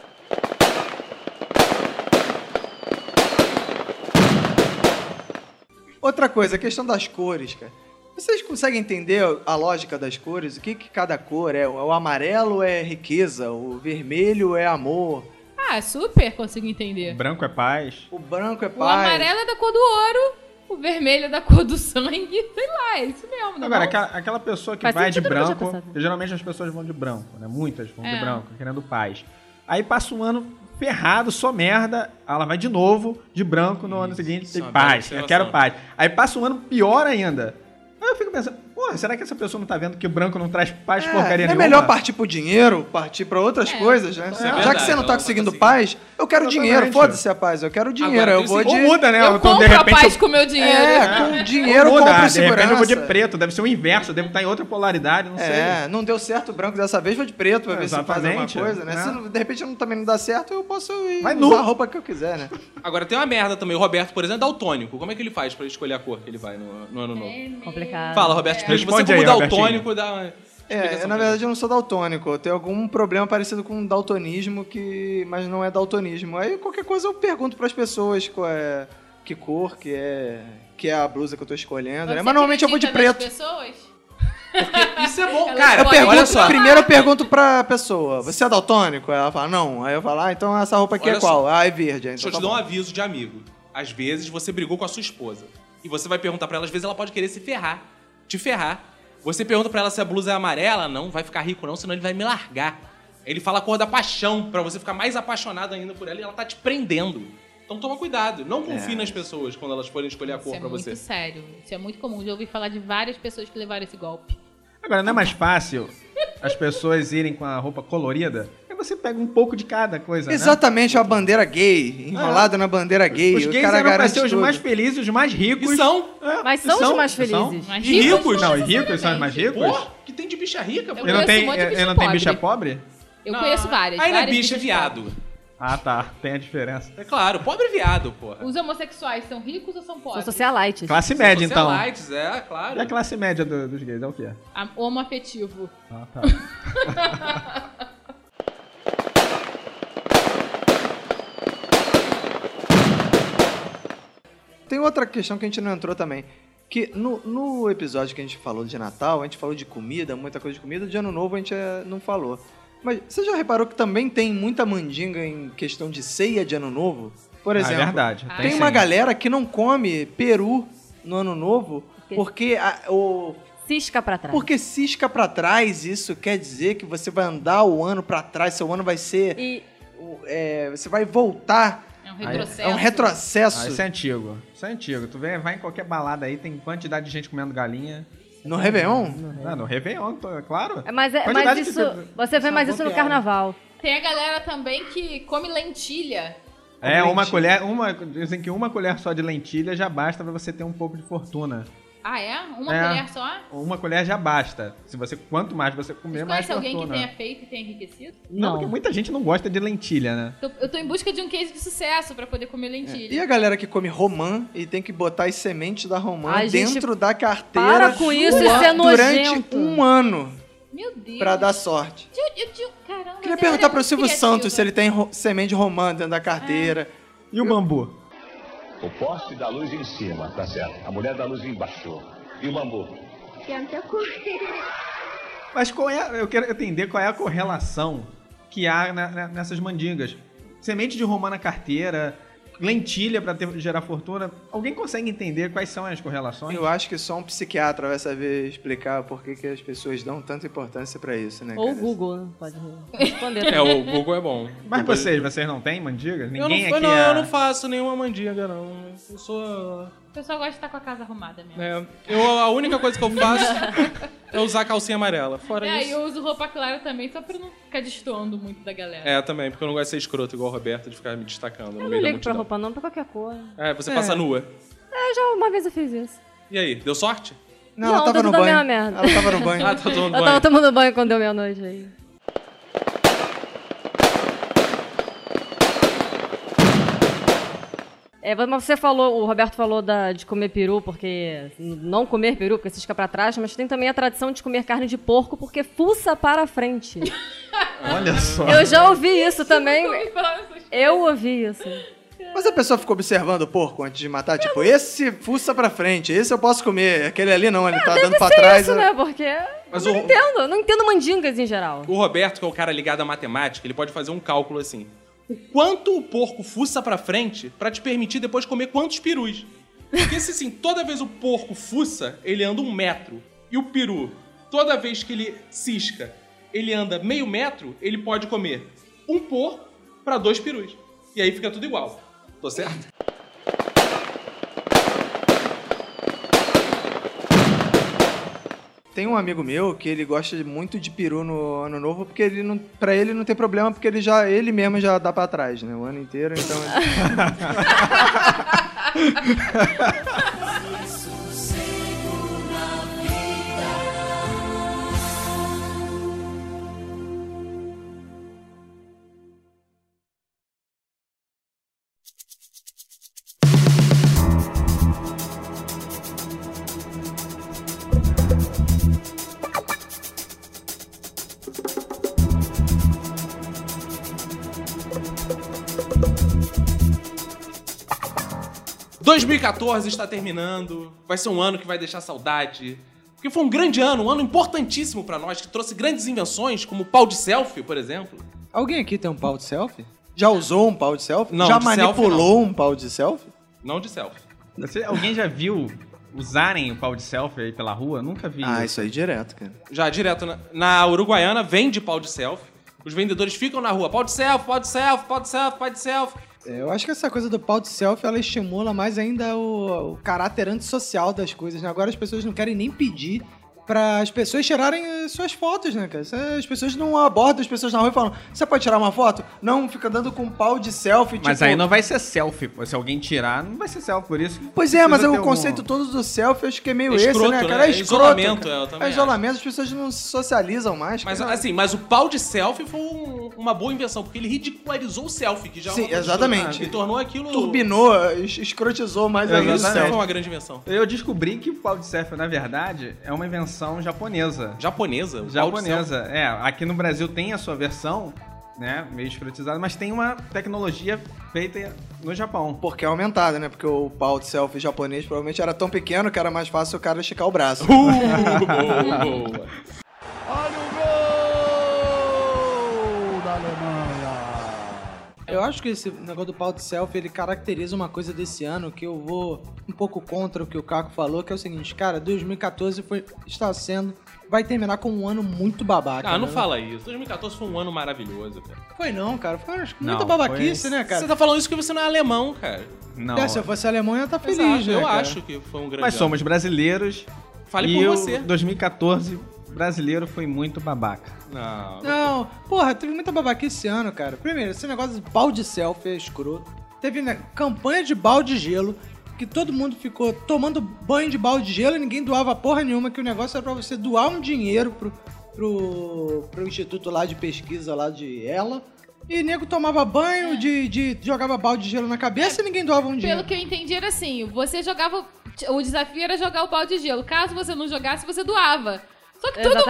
Speaker 4: Outra coisa, a questão das cores, cara. Vocês conseguem entender a lógica das cores? O que cada cor é? O amarelo é riqueza, o vermelho é amor,
Speaker 6: Ah, super consigo entender.
Speaker 7: Branco é paz.
Speaker 4: o branco é
Speaker 6: O
Speaker 4: paz.
Speaker 6: amarelo é da cor do ouro, o vermelho é da cor do sangue. Sei lá, é isso mesmo. Não
Speaker 7: Agora,
Speaker 6: é?
Speaker 7: aquela pessoa que
Speaker 5: Faz
Speaker 7: vai de
Speaker 5: sentido, eu não tinha
Speaker 7: branco,
Speaker 5: pensado.
Speaker 7: que geralmente as pessoas vão de branco, né? Muitas vão de
Speaker 6: É.
Speaker 7: branco, querendo paz. Aí passa um ano ferrado, só merda, ela vai de novo de branco no ano seguinte,
Speaker 3: Isso
Speaker 7: tem
Speaker 3: é uma bela
Speaker 7: paz, eu
Speaker 3: observação.
Speaker 7: quero paz. Aí passa um ano pior ainda. Aí eu fico pensando, pô, será que essa pessoa não tá vendo que o branco não traz paz porcaria
Speaker 4: não é
Speaker 7: nenhuma?
Speaker 4: melhor partir pro dinheiro, partir pra outras coisas, né?
Speaker 3: isso é
Speaker 4: Já
Speaker 3: verdade,
Speaker 4: que você não
Speaker 3: ela
Speaker 4: tá
Speaker 3: não
Speaker 4: conseguindo
Speaker 3: tá
Speaker 4: paz, eu quero
Speaker 7: Exatamente.
Speaker 4: dinheiro, foda-se a paz, eu quero dinheiro,
Speaker 3: Agora,
Speaker 4: eu
Speaker 3: tem o
Speaker 4: vou de...
Speaker 7: Ou muda, né?
Speaker 6: Eu
Speaker 7: Então,
Speaker 6: compro a paz com o meu dinheiro.
Speaker 4: com dinheiro eu
Speaker 7: muda,
Speaker 4: compro
Speaker 7: de repente eu vou de
Speaker 4: segurança.
Speaker 7: preto, deve ser o inverso, eu devo estar em outra polaridade, não sei.
Speaker 4: Não deu certo o branco dessa vez, vou de preto pra ver se faz alguma
Speaker 7: Exatamente,
Speaker 4: coisa, né?
Speaker 7: né?
Speaker 4: Se de repente também não dá certo, eu posso ir
Speaker 7: Vai
Speaker 4: usar
Speaker 7: nu.
Speaker 4: a roupa que eu quiser, né?
Speaker 3: Agora tem uma merda também. O Roberto, por exemplo, é daltônico. Como é que ele faz pra escolher a cor que ele vai no ano novo?
Speaker 5: Complicado.
Speaker 3: Fala, Roberto, explica. Você
Speaker 7: Responde
Speaker 3: como
Speaker 7: aí,
Speaker 3: daltônico dá uma explicação
Speaker 4: Na
Speaker 3: pra
Speaker 4: verdade eu não sou daltônico, eu tenho algum problema parecido com daltonismo, mas não é daltonismo. Aí qualquer coisa eu pergunto pras pessoas que cor que é a blusa que eu tô escolhendo, né?
Speaker 6: Você
Speaker 4: Mas normalmente eu vou de
Speaker 6: acredita
Speaker 4: preto.
Speaker 6: nas pessoas?
Speaker 3: ele. Isso é bom,
Speaker 6: Ela
Speaker 3: cara.
Speaker 6: pode-
Speaker 3: olha
Speaker 4: Pergunto,
Speaker 3: só.
Speaker 4: primeiro eu pergunto pra pessoa, você é daltônico? Aí ela fala, não. Aí eu falo, então essa roupa aqui
Speaker 3: Olha
Speaker 4: é qual?
Speaker 3: só.
Speaker 4: Ah, é verde.
Speaker 3: Deixa
Speaker 4: Então
Speaker 3: eu
Speaker 4: tá
Speaker 3: te dar um
Speaker 4: bom.
Speaker 3: aviso de amigo. Às vezes você brigou com a sua esposa. E você vai perguntar pra ela, às vezes ela pode querer se ferrar. Te ferrar. Você pergunta pra ela se a blusa é amarela, não vai ficar rico não, senão ele vai me largar. Ele fala a cor da paixão, pra você ficar mais apaixonado ainda por ela e ela tá te prendendo. Então toma cuidado. Não confie nas pessoas quando elas forem escolher a cor
Speaker 6: Isso é
Speaker 3: pra
Speaker 6: muito
Speaker 3: você.
Speaker 6: sério. Isso é muito comum. Já ouvi falar de várias pessoas que levaram esse golpe.
Speaker 7: Agora, não é mais fácil as pessoas irem com a roupa colorida? Aí você pega um pouco de cada coisa, né?
Speaker 4: Exatamente, a bandeira gay, enrolada na bandeira gay.
Speaker 7: Os
Speaker 4: o
Speaker 7: gays
Speaker 4: cara
Speaker 7: eram pra
Speaker 4: garante
Speaker 7: ser os
Speaker 4: tudo.
Speaker 7: mais felizes, os mais ricos.
Speaker 3: E são.
Speaker 5: Mas são os mais felizes.
Speaker 6: Mas
Speaker 3: E ricos?
Speaker 7: Não, e ricos são os mais ricos?
Speaker 3: Pô, que tem de bicha rica, pô.
Speaker 6: Eu conheço um monte de
Speaker 7: Ele
Speaker 6: bicha
Speaker 7: não tem
Speaker 6: pobre.
Speaker 7: bicha pobre?
Speaker 6: Eu conheço várias.
Speaker 3: Aí não é
Speaker 6: várias
Speaker 3: bicha, é
Speaker 6: bichas
Speaker 3: viado.
Speaker 6: pobres.
Speaker 7: Ah, tá. Tem a diferença.
Speaker 3: É claro, pobre é viado, porra.
Speaker 6: Os homossexuais são ricos ou são
Speaker 5: São
Speaker 6: pobres?
Speaker 5: socialites.
Speaker 7: Classe média, então.
Speaker 3: Socialites, claro.
Speaker 7: E a classe média dos gays é o quê?
Speaker 6: Homoafetivo.
Speaker 7: Ah, tá.
Speaker 4: Tem outra questão que a gente não entrou também. Que no episódio que a gente falou de Natal, a gente falou de comida, muita coisa de comida, de Ano Novo a gente não falou. Mas você já reparou que também tem muita mandinga em questão de ceia de Ano Novo? Por
Speaker 7: Ah, é
Speaker 4: exemplo,
Speaker 7: verdade.
Speaker 6: Ah,
Speaker 4: tem
Speaker 7: sim.
Speaker 4: uma galera que não come peru no Ano Novo porque
Speaker 5: Cisca pra trás.
Speaker 4: porque cisca pra trás. Isso quer dizer que você vai andar o ano pra trás, seu ano vai ser...
Speaker 5: E
Speaker 4: você vai voltar.
Speaker 6: É um retrocesso.
Speaker 4: É um retrocesso.
Speaker 7: Ah, isso é antigo. Isso é antigo. Tu vai em qualquer balada aí, tem quantidade de gente comendo galinha.
Speaker 4: No Réveillon?
Speaker 7: Ah, no Réveillon, claro.
Speaker 5: Mas
Speaker 7: Quantidade
Speaker 5: isso.
Speaker 7: de-
Speaker 5: Você vê mais isso no carnaval.
Speaker 6: Tem a galera também que come lentilha.
Speaker 7: É, uma
Speaker 4: lentilha.
Speaker 7: colher, dizem que uma colher só de lentilha já basta pra você ter um pouco de fortuna.
Speaker 6: Ah, é? Uma
Speaker 7: É.
Speaker 6: colher só?
Speaker 7: Uma colher já basta. Quanto mais você comer,
Speaker 6: Vocês
Speaker 7: mais
Speaker 6: conhecem alguém que
Speaker 7: fortuna.
Speaker 6: tenha feito e tenha enriquecido?
Speaker 7: Não, porque muita gente não gosta de lentilha, né?
Speaker 6: Eu tô em busca de um case de sucesso pra poder comer lentilha.
Speaker 4: E a galera que come romã e tem que botar as sementes da romã
Speaker 5: Ai, gente,
Speaker 4: dentro da carteira
Speaker 5: para com isso, isso é
Speaker 4: durante
Speaker 5: nojento.
Speaker 4: um ano
Speaker 6: Meu Deus.
Speaker 4: pra dar sorte.
Speaker 6: Caramba.
Speaker 4: Queria perguntar pro Silvio
Speaker 6: criativa.
Speaker 4: Santos se ele tem semente romã dentro da carteira.
Speaker 7: E o bambu?
Speaker 8: O poste da luz em cima, tá certo. A mulher da luz embaixo. E o bambu?
Speaker 7: Mas eu quero entender qual é a correlação que há nessas mandingas. Semente de romã na carteira, lentilha pra gerar fortuna. Alguém consegue entender quais são as correlações?
Speaker 4: Eu acho que só um psiquiatra vai saber explicar por que as pessoas dão tanta importância pra isso, né,
Speaker 5: Ou o
Speaker 4: cara?
Speaker 5: Google, né? Pode responder também.
Speaker 3: O Google é bom.
Speaker 7: Mas vocês não têm mandigas? Ninguém aqui
Speaker 3: eu não faço nenhuma mandiga, não. Eu sou...
Speaker 6: O pessoal gosta de estar com a casa arrumada mesmo.
Speaker 3: A única coisa que eu faço é usar calcinha amarela. Fora
Speaker 6: E
Speaker 3: isso...
Speaker 6: eu uso roupa clara também, só pra não ficar destoando muito da galera.
Speaker 3: também, porque eu não gosto de ser escroto igual o Roberto, de ficar me destacando no
Speaker 5: Eu não
Speaker 3: meio da
Speaker 5: ligo pra
Speaker 3: multidão.
Speaker 5: roupa não, pra qualquer cor.
Speaker 3: Você passa nua.
Speaker 5: Já uma vez eu fiz isso.
Speaker 3: E aí, deu sorte?
Speaker 4: Não, ela
Speaker 5: Não,
Speaker 4: tava
Speaker 5: deu
Speaker 4: no
Speaker 5: tudo a
Speaker 4: banho.
Speaker 5: mesma merda.
Speaker 4: Ela tava no banho.
Speaker 3: Tá tomando
Speaker 5: Eu
Speaker 3: banho.
Speaker 5: tava tomando banho quando deu meia-noite aí. Mas você falou, o Roberto falou de comer peru, porque não comer peru, porque você fica pra trás, mas tem também a tradição de comer carne de porco, porque fuça para a frente.
Speaker 7: Olha só.
Speaker 5: Eu já ouvi isso também.
Speaker 6: Ouvi falar essas coisas.
Speaker 5: Eu ouvi isso.
Speaker 4: Mas a pessoa ficou observando o porco antes de matar? Tipo, esse fuça pra frente, esse eu posso comer. Aquele ali não, ele tá dando pra trás.
Speaker 5: Isso, né? Porque
Speaker 3: Mas
Speaker 5: eu não entendo mandingas em geral.
Speaker 3: O Roberto, que é o cara ligado à matemática, ele pode fazer um cálculo assim. O quanto o porco fuça pra frente pra te permitir depois comer quantos perus. Porque se assim, toda vez o porco fuça, ele anda 1 metro. E o peru, toda vez que ele cisca, ele anda meio metro, ele pode comer 1 porco pra 2 perus. E aí fica tudo igual. Tô certo?
Speaker 4: Tem um amigo meu que ele gosta muito de peru no ano novo, porque pra ele não tem problema, porque ele mesmo já dá pra trás, né? O ano inteiro, então...
Speaker 3: – 2014 está terminando, vai ser um ano que vai deixar saudade. Porque foi um grande ano, um ano importantíssimo pra nós, que trouxe grandes invenções, como o pau de selfie, por exemplo.
Speaker 4: Alguém aqui tem um pau de selfie? Já usou um pau de selfie?
Speaker 3: Não,
Speaker 4: já
Speaker 3: de
Speaker 4: manipulou
Speaker 3: selfie,
Speaker 4: um pau de selfie?
Speaker 3: Não de selfie.
Speaker 7: Alguém já viu usarem o pau de selfie aí pela rua? Nunca vi.
Speaker 4: Isso aí direto, cara.
Speaker 3: Já direto na Uruguaiana, vende pau de selfie. Os vendedores ficam na rua, pau de selfie, pau de selfie, pau de selfie, pau de selfie.
Speaker 9: Eu acho que essa coisa do pau de selfie, ela estimula mais ainda o caráter antissocial das coisas, né? Agora as pessoas não querem nem pedir para as pessoas tirarem suas fotos, né, cara? As pessoas não abordam as pessoas na rua e falam, você pode tirar uma foto? Não, fica andando com pau de selfie,
Speaker 7: Mas
Speaker 9: tipo...
Speaker 7: aí não vai ser selfie, pô. Se alguém tirar, não vai ser selfie, por isso.
Speaker 4: Pois é, mas
Speaker 7: precisa
Speaker 4: o
Speaker 7: ter um-
Speaker 4: conceito todo do selfie, acho que é meio
Speaker 3: Escroto,
Speaker 4: esse, né, cara?
Speaker 3: né?
Speaker 4: É escroto,
Speaker 3: Isolamento,
Speaker 4: cara.
Speaker 3: eu também
Speaker 4: É isolamento, as pessoas não se socializam mais,
Speaker 3: Mas
Speaker 4: cara.
Speaker 3: assim, mas o pau de selfie foi uma boa invenção, porque ele ridicularizou o selfie, que já é
Speaker 4: Sim,
Speaker 3: uma coisa
Speaker 4: exatamente.
Speaker 3: escrota, e tornou aquilo...
Speaker 4: Turbinou, escrotizou mais
Speaker 3: É,
Speaker 4: ainda.
Speaker 3: isso
Speaker 4: né?
Speaker 3: foi uma grande invenção.
Speaker 7: Eu descobri que o pau de selfie, na verdade, é uma invenção japonesa.
Speaker 3: Japonesa? O pau de
Speaker 7: Japonesa, é. Aqui no Brasil tem a sua versão, né, meio escrotizada, mas tem uma tecnologia feita no Japão.
Speaker 4: Porque é aumentada, né? Porque o pau de selfie japonês provavelmente era tão pequeno que era mais fácil o cara esticar o braço.
Speaker 3: Boa.
Speaker 1: Olha o gol da Alemanha.
Speaker 9: Eu acho que esse negócio do pau de selfie, ele caracteriza uma coisa desse ano que eu vou um pouco contra o que o Caco falou, que é o seguinte, cara, 2014 vai terminar com um ano muito babaca.
Speaker 3: Ah, não
Speaker 9: né?
Speaker 3: fala isso. 2014 foi um ano maravilhoso, cara.
Speaker 9: Foi não, cara. Foi acho que
Speaker 7: Não,
Speaker 9: muita babaquice,
Speaker 7: foi-
Speaker 9: né, cara?
Speaker 3: Você tá falando isso porque você não é alemão, cara.
Speaker 7: Não.
Speaker 9: Se eu fosse alemão, eu ia estar feliz,
Speaker 3: Exato,
Speaker 9: né,
Speaker 3: eu
Speaker 9: cara?
Speaker 3: acho que foi um grande
Speaker 7: Mas
Speaker 3: ano.
Speaker 7: somos brasileiros.
Speaker 3: Fale
Speaker 7: e
Speaker 3: por
Speaker 7: o
Speaker 3: você.
Speaker 7: 2014 brasileiro foi muito babaca.
Speaker 3: Não.
Speaker 9: Não, porra, teve muita babaquice esse ano, cara. Primeiro, esse negócio de balde selfie é escroto. Teve, né, campanha de balde de gelo, que todo mundo ficou tomando banho de balde de gelo e ninguém doava porra nenhuma, que o negócio era pra você doar um dinheiro pro instituto lá de pesquisa lá de ela. E nego tomava banho, jogava balde de gelo na cabeça e ninguém doava um dinheiro.
Speaker 6: Pelo que eu entendi era assim, você jogava... O desafio era jogar o balde de gelo. Caso você não jogasse, você doava. Só que todo mundo aceitava o desafio.
Speaker 5: Ou
Speaker 9: Não,
Speaker 5: seja,
Speaker 9: mas eu
Speaker 5: ninguém
Speaker 9: acho-
Speaker 5: doava.
Speaker 9: eu
Speaker 7: Não.
Speaker 9: acho que a ideia era jogar o banho e doar o dinheiro.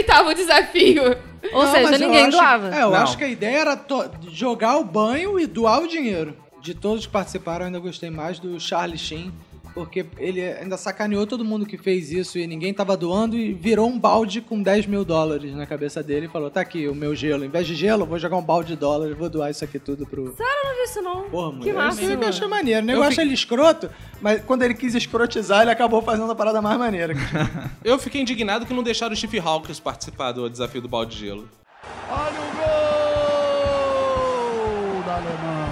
Speaker 9: De todos que participaram, eu ainda gostei mais do Charlie Sheen, porque ele ainda sacaneou todo mundo que fez isso e ninguém tava doando e virou um balde com $10 mil na cabeça dele e falou, tá aqui o meu gelo. Em vez de gelo, eu vou jogar um balde de dólares, vou doar isso aqui tudo pro...
Speaker 5: Eu não vi isso, não.
Speaker 9: Porra,
Speaker 5: Que
Speaker 9: mulher.
Speaker 5: massa,
Speaker 9: Eu
Speaker 5: mano.
Speaker 9: achei maneiro. O negócio ele escroto,
Speaker 4: Mas quando ele quis escrotizar, ele acabou fazendo a parada mais maneira.
Speaker 3: Eu fiquei indignado que não deixaram o Steve Hawkins participar do desafio do balde de gelo.
Speaker 1: Olha o gol da Alemanha.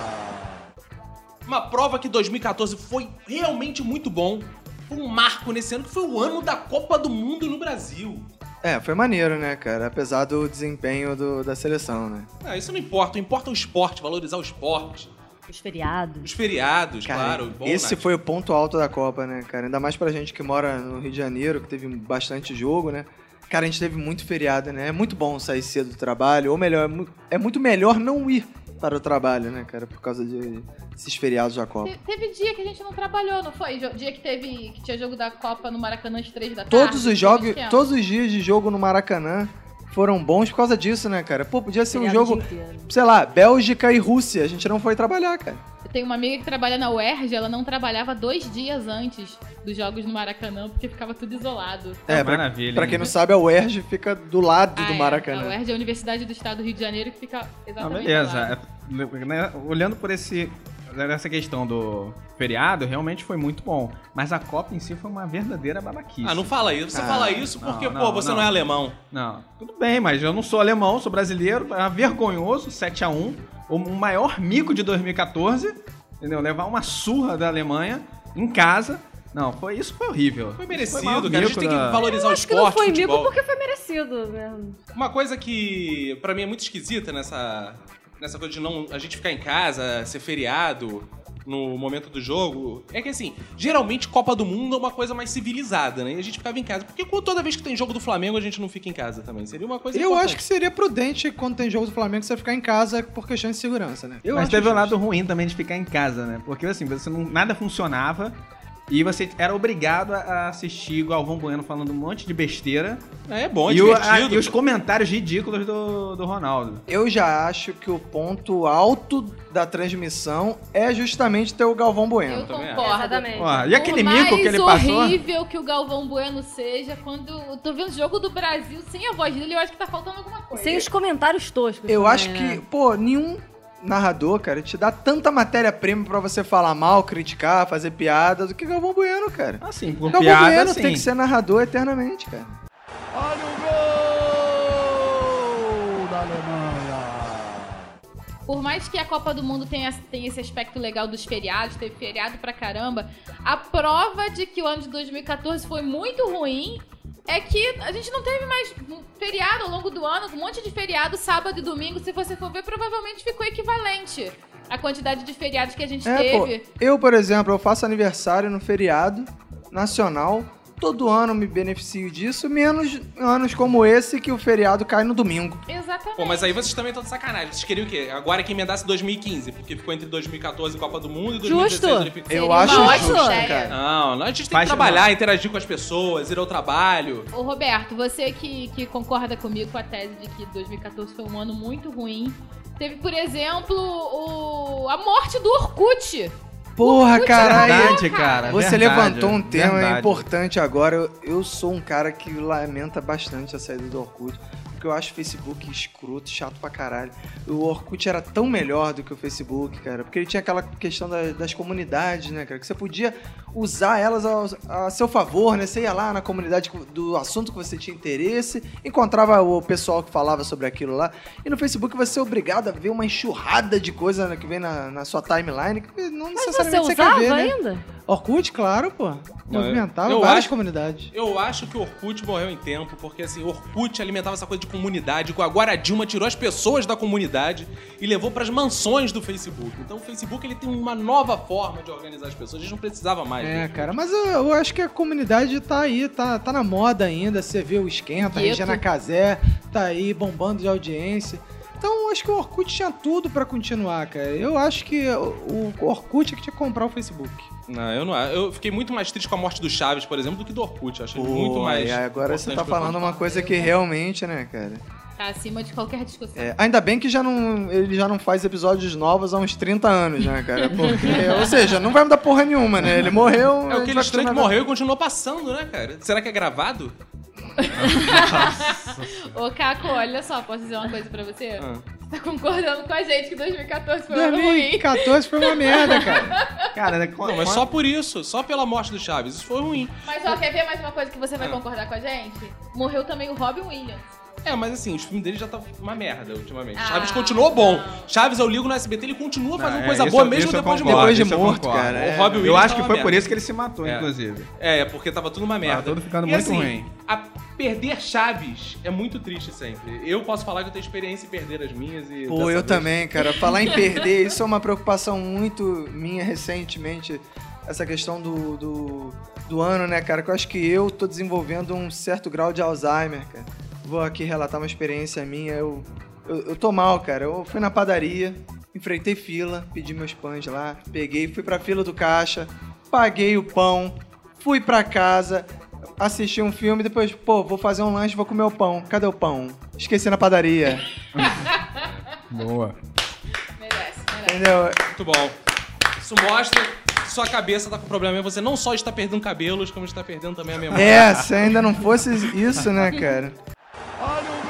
Speaker 3: Uma prova que 2014 foi realmente muito bom. Foi um marco nesse ano, que foi o ano da Copa do Mundo no Brasil.
Speaker 4: Foi maneiro, né, cara? Apesar do desempenho da seleção, né?
Speaker 3: Isso não importa. Importa o esporte, valorizar o esporte.
Speaker 5: Os feriados.
Speaker 3: Os feriados,
Speaker 4: Cara,
Speaker 3: claro. Bom,
Speaker 4: esse
Speaker 3: Nath.
Speaker 4: foi o ponto alto da Copa, né, cara? Ainda mais pra gente que mora no Rio de Janeiro, que teve bastante jogo, né? Cara, a gente teve muito feriado, né? É muito bom sair cedo do trabalho, ou melhor, é muito melhor não ir para o trabalho, né, cara? Por causa desses feriados da Copa.
Speaker 6: Teve dia que a gente não trabalhou, não foi? Dia que tinha jogo da Copa no Maracanã às 3 da tarde.
Speaker 4: Todos os jogos,
Speaker 6: esquema.
Speaker 4: todos os dias de jogo no Maracanã foram bons por causa disso, né, cara? Pô, podia ser um
Speaker 5: Feriado
Speaker 4: jogo,
Speaker 5: o dia inteiro.
Speaker 4: sei lá, Bélgica e Rússia. A gente não foi trabalhar, cara.
Speaker 6: Eu tenho uma amiga que trabalha na UERJ, ela não trabalhava 2 dias antes dos jogos no Maracanã, porque ficava tudo isolado.
Speaker 7: Maravilha,
Speaker 4: pra
Speaker 7: hein?
Speaker 4: quem não sabe, a UERJ fica do lado do
Speaker 6: A
Speaker 4: Maracanã.
Speaker 6: UERJ é a Universidade do Estado do Rio de Janeiro, que fica
Speaker 7: Não,
Speaker 6: exatamente
Speaker 7: beleza.
Speaker 6: ao lado.
Speaker 7: Né, olhando por essa questão do feriado, realmente foi muito bom. Mas a Copa em si foi uma verdadeira babaquice.
Speaker 3: Não fala isso. Você fala isso porque,
Speaker 7: não,
Speaker 3: você
Speaker 7: não.
Speaker 3: não é alemão.
Speaker 7: Não, tudo bem, mas eu não sou alemão, sou brasileiro. É vergonhoso, 7-1. O maior mico de 2014, entendeu? Levar uma surra da Alemanha em casa. Não, isso foi horrível.
Speaker 3: Foi
Speaker 7: Isso
Speaker 3: merecido,
Speaker 7: maior
Speaker 3: cara. A gente
Speaker 7: mico
Speaker 3: tem que
Speaker 7: da-
Speaker 3: valorizar o
Speaker 5: Acho que
Speaker 3: esporte,
Speaker 5: não foi
Speaker 3: futebol.
Speaker 5: mico porque foi merecido mesmo.
Speaker 3: Uma coisa que pra mim é muito esquisita nessa coisa de não a gente ficar em casa, ser feriado no momento do jogo, é que assim, geralmente Copa do Mundo é uma coisa mais civilizada, né? E a gente ficava em casa. Porque toda vez que tem jogo do Flamengo, a gente não fica em casa também. Seria uma coisa
Speaker 9: Eu
Speaker 3: importante.
Speaker 9: acho que seria prudente quando tem jogo do Flamengo você ficar em casa por questão de segurança, né? Eu
Speaker 7: Mas
Speaker 9: acho
Speaker 7: teve um
Speaker 9: justo.
Speaker 7: lado ruim também de ficar em casa, né? Porque assim, nada funcionava e você era obrigado a assistir Galvão Bueno falando um monte de besteira.
Speaker 3: É bom, é
Speaker 7: e,
Speaker 3: divertido.
Speaker 7: e os comentários ridículos do Ronaldo.
Speaker 4: Eu já acho que o ponto alto da transmissão é justamente ter o Galvão Bueno.
Speaker 6: Eu
Speaker 3: também
Speaker 6: concordo.
Speaker 5: Exatamente.
Speaker 7: Ó, e aquele
Speaker 6: Por
Speaker 7: mico que ele passou?
Speaker 6: mais horrível que o Galvão Bueno seja, quando eu tô vendo o jogo do Brasil sem a voz dele, eu acho que tá faltando alguma coisa.
Speaker 5: Sem os comentários toscos.
Speaker 4: Eu
Speaker 5: também,
Speaker 4: acho que,
Speaker 5: né?
Speaker 4: pô, nenhum narrador, cara, te dá tanta matéria-prima pra você falar mal, criticar, fazer piada do que Galvão Bueno, cara.
Speaker 7: Assim, por
Speaker 4: Galvão
Speaker 7: piada,
Speaker 4: Bueno
Speaker 7: assim.
Speaker 4: tem que ser narrador eternamente, cara.
Speaker 1: Olha o gol da Alemanha.
Speaker 6: Por mais que a Copa do Mundo tenha esse aspecto legal dos feriados, teve feriado pra caramba, a prova de que o ano de 2014 foi muito ruim é que a gente não teve mais feriado ao longo do ano, um monte de feriado, sábado e domingo, se você for ver, provavelmente ficou equivalente à quantidade de feriados que a gente teve.
Speaker 4: Eu, por exemplo, eu faço aniversário no feriado nacional, todo ano me beneficio disso, menos anos como esse que o feriado cai no domingo.
Speaker 6: Exatamente.
Speaker 3: Pô, mas aí vocês também estão de sacanagem. Vocês queriam o quê? Agora que emendasse 2015, porque ficou entre 2014 Copa do Mundo e 2016
Speaker 5: Justo.
Speaker 3: Olimpíada.
Speaker 4: Eu
Speaker 6: Seria
Speaker 4: acho
Speaker 6: uma
Speaker 4: justo,
Speaker 6: ótima ideia.
Speaker 4: cara.
Speaker 3: Não, a gente tem que
Speaker 7: Faz-
Speaker 3: trabalhar, interagir com as pessoas, ir ao trabalho.
Speaker 6: Ô Roberto, você que concorda comigo com a tese de que 2014 foi um ano muito ruim, teve, por exemplo, a morte do Orkut.
Speaker 4: Porra, caralho.
Speaker 7: Verdade, cara.
Speaker 4: Você
Speaker 7: verdade,
Speaker 4: levantou um tema
Speaker 7: verdade.
Speaker 4: importante agora. Eu sou um cara que lamenta bastante a saída do Orkut, porque eu acho o Facebook escroto, chato pra caralho. O Orkut era tão melhor do que o Facebook, cara, porque ele tinha aquela questão das comunidades, né, cara, que você podia usar elas a seu favor, né? Você ia lá na comunidade do assunto que você tinha interesse, encontrava o pessoal que falava sobre aquilo lá, e no Facebook você é obrigado a ver uma enxurrada de coisa, né, que vem na sua timeline, que não
Speaker 5: Mas
Speaker 4: necessariamente
Speaker 5: você
Speaker 4: você quer
Speaker 5: usava
Speaker 4: ver, né?
Speaker 5: ainda?
Speaker 9: Orkut, claro, pô. Movimentava
Speaker 3: eu
Speaker 9: várias
Speaker 3: acho-
Speaker 9: comunidades.
Speaker 3: Eu acho que o Orkut morreu em tempo, porque assim, o Orkut alimentava essa coisa de comunidade. Agora a Dilma tirou as pessoas da comunidade e levou pras mansões do Facebook. Então o Facebook ele tem uma nova forma de organizar as pessoas. A gente não precisava mais.
Speaker 9: É,
Speaker 3: disso.
Speaker 9: cara, mas eu acho que a comunidade tá aí, tá na moda ainda. Você vê o Esquenta, a
Speaker 6: Gueto.
Speaker 9: Regina Casé, tá aí bombando de audiência. Então, acho que o Orkut tinha tudo pra continuar, cara. Eu acho que o Orkut é que tinha que comprar o Facebook.
Speaker 3: Não, eu fiquei muito mais triste com a morte do Chaves, por exemplo, do que do Orkut. Eu acho ele muito mais.
Speaker 4: E agora você tá
Speaker 3: importante
Speaker 4: falando uma coisa que realmente, né, cara?
Speaker 6: Tá acima de qualquer discussão.
Speaker 4: Ainda bem que ele já não faz episódios novos há uns 30 anos, né, cara? Porque, ou seja, não vai mudar porra nenhuma, né? Ele morreu...
Speaker 3: É aquele estranho que morreu e continuou passando, né, cara? Será que é gravado?
Speaker 6: Ô, Caco, olha só, posso dizer uma coisa pra você? Você tá concordando com a gente que 2014 foi um ano ruim.
Speaker 9: 2014 foi uma merda, cara.
Speaker 7: Cara,
Speaker 3: Não, mas só por isso, só pela morte do Chaves, isso foi ruim.
Speaker 6: Mas ó, quer ver mais uma coisa que você vai concordar com a gente? Morreu também o Robin Williams.
Speaker 3: Mas assim, os filmes dele já tá uma merda ultimamente. Chaves continuou bom. Chaves, eu ligo no SBT, ele continua fazendo coisa boa mesmo depois de morto.
Speaker 4: Depois de morto, cara.
Speaker 3: O Robin Williams
Speaker 7: eu acho que
Speaker 3: tava
Speaker 7: foi
Speaker 3: uma
Speaker 7: por
Speaker 3: merda.
Speaker 7: isso que ele se matou, inclusive.
Speaker 3: Porque tava tudo uma merda.
Speaker 7: Tava tudo ficando
Speaker 3: E
Speaker 7: muito
Speaker 3: assim,
Speaker 7: ruim.
Speaker 3: Perder Chaves é muito triste sempre. Eu posso falar que eu tenho experiência em perder as minhas e...
Speaker 4: Pô, eu também, cara. Falar em perder, isso é uma preocupação muito minha recentemente. Essa questão do ano, né, cara? Que eu acho que eu tô desenvolvendo um certo grau de Alzheimer, cara. Vou aqui relatar uma experiência minha. Eu tô mal, cara. Eu fui na padaria, enfrentei fila, pedi meus pães lá, peguei, fui pra fila do caixa, paguei o pão, fui pra casa, assisti um filme, depois, vou fazer um lanche, vou comer o pão. Cadê o pão? Esqueci na padaria.
Speaker 7: Boa.
Speaker 6: Merece.
Speaker 4: Entendeu?
Speaker 3: Muito bom. Isso mostra que sua cabeça tá com problema. Você não só está perdendo cabelos, como está perdendo também a memória.
Speaker 4: Se ainda não fosse isso, né, cara?
Speaker 1: Olha o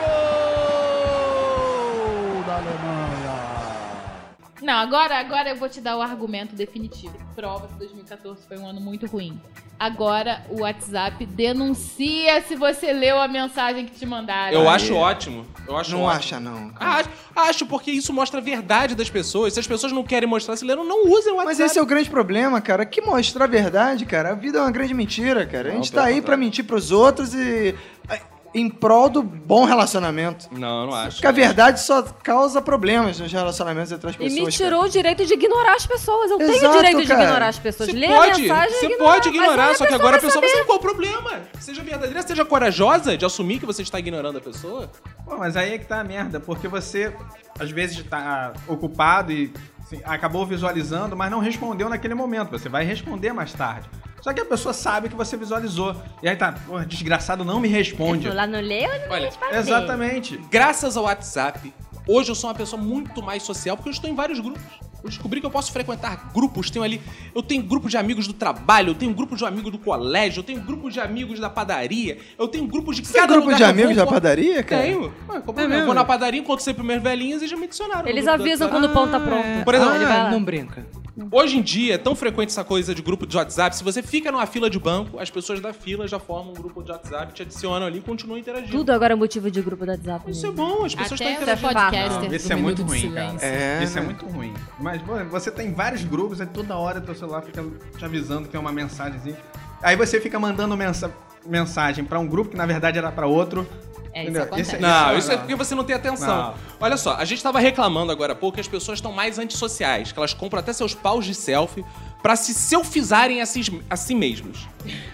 Speaker 1: gol da Alemanha.
Speaker 6: Não, agora eu vou te dar o argumento definitivo. Prova que 2014 foi um ano muito ruim. Agora o WhatsApp denuncia se você leu a mensagem que te mandaram.
Speaker 3: Eu acho ótimo.
Speaker 4: Não
Speaker 3: ótimo.
Speaker 4: acha, não. Cara.
Speaker 3: Acho, porque isso mostra a verdade das pessoas. Se as pessoas não querem mostrar, se leram, não usem o WhatsApp.
Speaker 4: Mas esse é o grande problema, cara. Que mostrar a verdade, cara. A vida é uma grande mentira, cara. A gente tá aí pra mentir pros outros e... em prol do bom relacionamento.
Speaker 3: Não acho.
Speaker 4: Porque a verdade só causa problemas nos relacionamentos entre as pessoas.
Speaker 5: E me tirou o direito de ignorar as pessoas. Eu tenho
Speaker 4: Exato,
Speaker 5: o direito de
Speaker 4: cara.
Speaker 5: ignorar as pessoas.
Speaker 3: Você
Speaker 5: Lê
Speaker 3: pode,
Speaker 5: a mensagem e
Speaker 3: você
Speaker 5: ignorar.
Speaker 3: pode ignorar,
Speaker 5: Mas
Speaker 3: só que agora a pessoa vai
Speaker 5: saber.
Speaker 3: saber qual o problema. Seja verdadeira, seja corajosa de assumir que você está ignorando a pessoa.
Speaker 7: Pô, mas aí é que tá a merda, porque você, às vezes, tá ocupado e assim, acabou visualizando, mas não respondeu naquele momento. Você vai responder mais tarde. Só que a pessoa sabe que você visualizou. E aí tá, porra, desgraçado, não me responde.
Speaker 5: Lá no leu, eu não
Speaker 3: Olha,
Speaker 5: responder.
Speaker 7: Exatamente.
Speaker 3: Graças ao WhatsApp, hoje eu sou uma pessoa muito mais social porque eu estou em vários grupos. Eu descobri que eu posso frequentar grupos. Eu tenho grupo de amigos do trabalho, eu tenho grupo de amigos do colégio, eu tenho grupo de amigos da padaria, eu tenho grupo de
Speaker 4: Você tem
Speaker 3: cada
Speaker 4: grupo
Speaker 3: lugar
Speaker 4: de
Speaker 3: que eu
Speaker 4: amigos
Speaker 3: vou,
Speaker 4: da padaria, cara?
Speaker 3: Tenho. Ué, qual o problema?
Speaker 9: mesmo?
Speaker 3: Eu vou na padaria, encontro sempre meus velhinhos e já me adicionaram. no
Speaker 5: Eles
Speaker 3: grupo do
Speaker 5: avisam
Speaker 3: WhatsApp.
Speaker 5: quando o pão tá pronto.
Speaker 3: Por exemplo,
Speaker 5: Ele vai lá.
Speaker 9: não brinca.
Speaker 3: Hoje em dia é tão frequente essa coisa de grupo de WhatsApp. Se você fica numa fila de banco, as pessoas da fila já formam um grupo de WhatsApp, te adicionam ali e continuam interagindo.
Speaker 5: Tudo agora é motivo de grupo do WhatsApp.
Speaker 3: Isso é
Speaker 5: mesmo.
Speaker 3: bom, as pessoas estão
Speaker 6: Até os
Speaker 3: interagindo.
Speaker 6: podcasters
Speaker 7: Isso
Speaker 6: do
Speaker 7: é muito
Speaker 6: Minuto de
Speaker 7: ruim, cara.
Speaker 6: Silêncio.
Speaker 7: Isso é muito ruim. Mas, pô, você tem vários grupos, aí toda hora teu celular fica te avisando que tem uma mensagenzinha. Aí você fica mandando mensagem pra um grupo que na verdade era pra outro.
Speaker 6: Isso
Speaker 7: Entendeu?
Speaker 6: acontece.
Speaker 3: Não, isso é porque você não tem atenção.
Speaker 7: Não.
Speaker 3: Olha só, a gente tava reclamando agora há pouco que as pessoas estão mais antissociais, que elas compram até seus paus de selfie pra se selfizarem a si mesmos.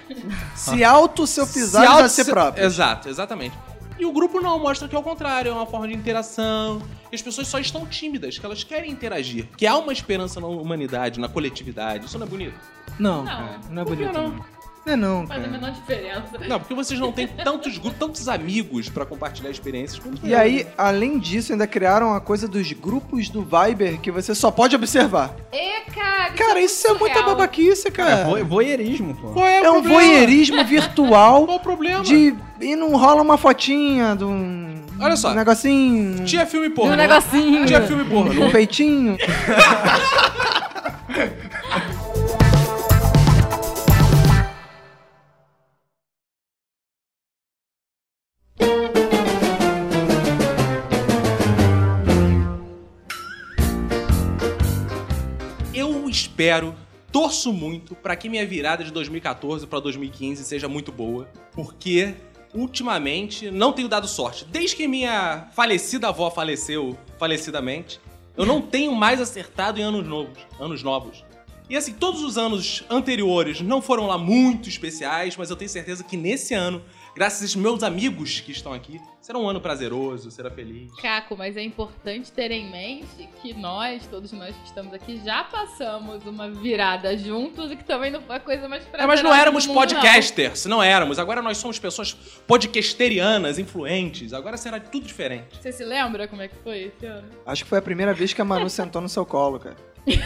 Speaker 4: Se auto-selfizar a si próprio.
Speaker 3: Exato, exatamente. E o grupo não, mostra que é o contrário, é uma forma de interação. E as pessoas só estão tímidas, que elas querem interagir. Que há uma esperança na humanidade, na coletividade. Isso não é bonito?
Speaker 9: Não,
Speaker 6: Não.
Speaker 9: cara. Não é
Speaker 3: Por que
Speaker 9: bonito,
Speaker 3: não?
Speaker 9: não. Não,
Speaker 6: Faz a
Speaker 9: cara.
Speaker 6: menor diferença.
Speaker 3: Não, porque vocês não têm tantos grupos, tantos amigos pra compartilhar experiências. Quanto
Speaker 4: E aí, além disso, ainda criaram a coisa dos grupos do Viber que você só pode observar.
Speaker 6: Cara,
Speaker 4: Cara, isso é muita
Speaker 6: surreal.
Speaker 4: babaquice, cara.
Speaker 7: Voyeurismo, pô.
Speaker 3: Qual é o
Speaker 4: É um
Speaker 3: problema?
Speaker 4: voyeurismo virtual
Speaker 3: Qual o problema?
Speaker 4: e não rola uma fotinha de um...
Speaker 3: Olha só.
Speaker 4: Um negocinho...
Speaker 3: Tinha filme pornô.
Speaker 5: Um negocinho.
Speaker 3: Tinha filme pornô.
Speaker 4: Um peitinho.
Speaker 3: Eu espero, torço muito pra que minha virada de 2014 pra 2015 seja muito boa, porque ultimamente não tenho dado sorte. Desde que minha falecida avó faleceu falecidamente, eu não tenho mais acertado em anos novos. E assim, todos os anos anteriores não foram lá muito especiais, mas eu tenho certeza que nesse ano graças a esses meus amigos que estão aqui, será um ano prazeroso, será feliz.
Speaker 6: Caco, mas é importante ter em mente que todos nós que estamos aqui, já passamos uma virada juntos e que também não foi a coisa mais prazerosa
Speaker 3: Mas não éramos
Speaker 6: do mundo,
Speaker 3: podcasters, não éramos. Agora nós somos pessoas podcasterianas, influentes. Agora será tudo diferente.
Speaker 6: Você se lembra como é que foi esse ano?
Speaker 4: Acho que foi a primeira vez que a Manu sentou no seu colo, cara.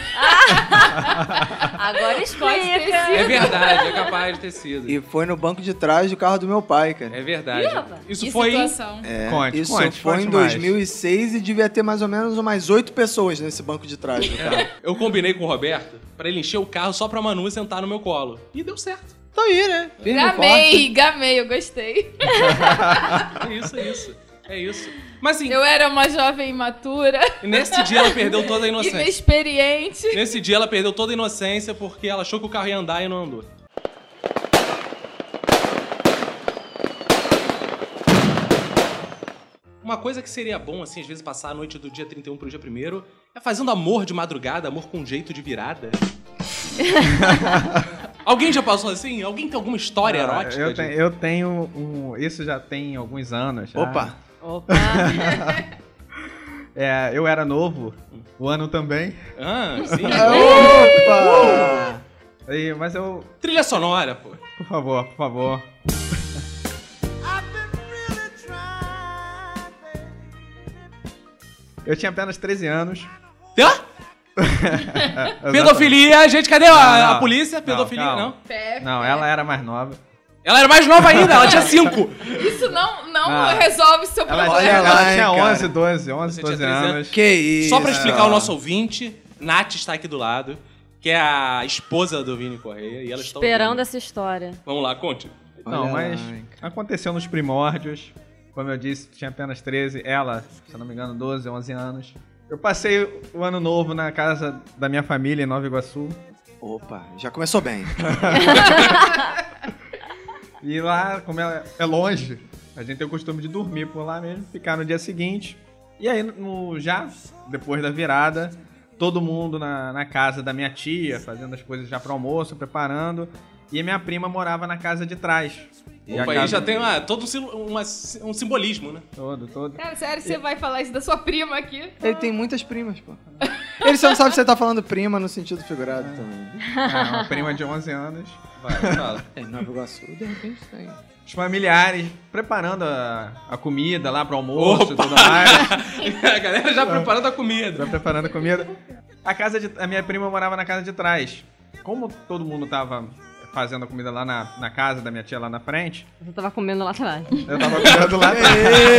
Speaker 5: Agora
Speaker 6: Pode ter
Speaker 5: explica.
Speaker 6: sido.
Speaker 3: É verdade, é capaz de ter sido.
Speaker 4: E foi no banco de trás do carro do meu pai, cara.
Speaker 3: É verdade.
Speaker 5: Ih, rapaz.
Speaker 3: Isso
Speaker 6: Que
Speaker 3: foi...
Speaker 6: situação.
Speaker 4: Isso
Speaker 7: Conte
Speaker 4: foi em
Speaker 7: mais.
Speaker 4: 2006 e devia ter mais ou menos umas 8 pessoas nesse banco de trás do carro.
Speaker 3: Eu combinei com o Roberto pra ele encher o carro só pra Manu sentar no meu colo. E deu certo.
Speaker 4: Tô aí, né? Firme e forte.
Speaker 6: Gamei, eu gostei.
Speaker 3: É isso. Mas assim,
Speaker 6: Eu era uma jovem imatura,
Speaker 3: nesse dia ela perdeu toda a inocência.
Speaker 6: inexperiente.
Speaker 3: Nesse dia ela perdeu toda a inocência porque ela achou que o carro ia andar e não andou. Uma coisa que seria bom, assim, às vezes passar a noite do dia 31 pro dia 1º é fazendo amor de madrugada, amor com jeito de virada. Alguém já passou assim? Alguém tem alguma história erótica?
Speaker 7: Eu tenho um... Isso já tem alguns anos. Já.
Speaker 4: Opa!
Speaker 7: Eu era novo, o ano também.
Speaker 3: Ah, sim.
Speaker 4: Opa!
Speaker 7: Mas eu...
Speaker 3: Trilha sonora, pô.
Speaker 7: Por favor. Eu tinha apenas 13 anos.
Speaker 3: Hã? Pedofilia, gente, cadê a
Speaker 7: Não,
Speaker 3: polícia?
Speaker 7: não,
Speaker 3: Pedofilia,
Speaker 7: calma.
Speaker 3: não?
Speaker 7: Não, ela era mais nova.
Speaker 3: Ela era mais nova ainda, ela tinha 5.
Speaker 6: Isso não
Speaker 7: Ah.
Speaker 6: resolve seu
Speaker 7: Ela,
Speaker 6: problema.
Speaker 7: ela
Speaker 4: lá,
Speaker 7: tinha
Speaker 4: hein,
Speaker 7: 11,
Speaker 4: cara.
Speaker 7: 12
Speaker 3: Você tinha
Speaker 7: 12
Speaker 3: 13
Speaker 7: anos.
Speaker 4: Que isso?
Speaker 3: Só pra explicar ao nosso ouvinte, Nath está aqui do lado, que é a esposa do Vini Correia, e ela está
Speaker 5: Esperando
Speaker 3: ouvindo.
Speaker 5: essa história.
Speaker 3: Vamos lá, conte.
Speaker 7: Não,
Speaker 4: Olha
Speaker 7: mas
Speaker 4: lá, hein,
Speaker 7: aconteceu nos primórdios. Como eu disse, tinha apenas 13. Ela, se eu não me engano, 12, 11 anos. Eu passei o ano novo na casa da minha família em Nova Iguaçu.
Speaker 4: Opa, já começou bem.
Speaker 7: E lá, como é longe, a gente tem o costume de dormir por lá mesmo, ficar no dia seguinte. E aí, já depois da virada, todo mundo na casa da minha tia, fazendo as coisas já pro almoço, preparando. E a minha prima morava na casa de trás. E
Speaker 3: Opa,
Speaker 7: a casa...
Speaker 3: aí já tem todo um simbolismo, né?
Speaker 7: Todo.
Speaker 6: Cara, sério, você vai falar isso da sua prima aqui?
Speaker 4: Ele tem muitas primas, pô. Ele só não sabe se você tá falando prima no sentido figurado também.
Speaker 7: Uma prima de 11 anos.
Speaker 3: Vai, fala.
Speaker 4: Em Nova Iguaçu, de repente tem.
Speaker 7: Os familiares preparando a comida lá pro almoço e tudo mais.
Speaker 3: A galera já preparando a comida.
Speaker 7: Já preparando a comida. A minha prima morava na casa de trás. Como todo mundo tava fazendo a comida lá na casa da minha tia lá na frente,
Speaker 5: Você tava comendo lá atrás.
Speaker 7: eu tava comendo lá atrás.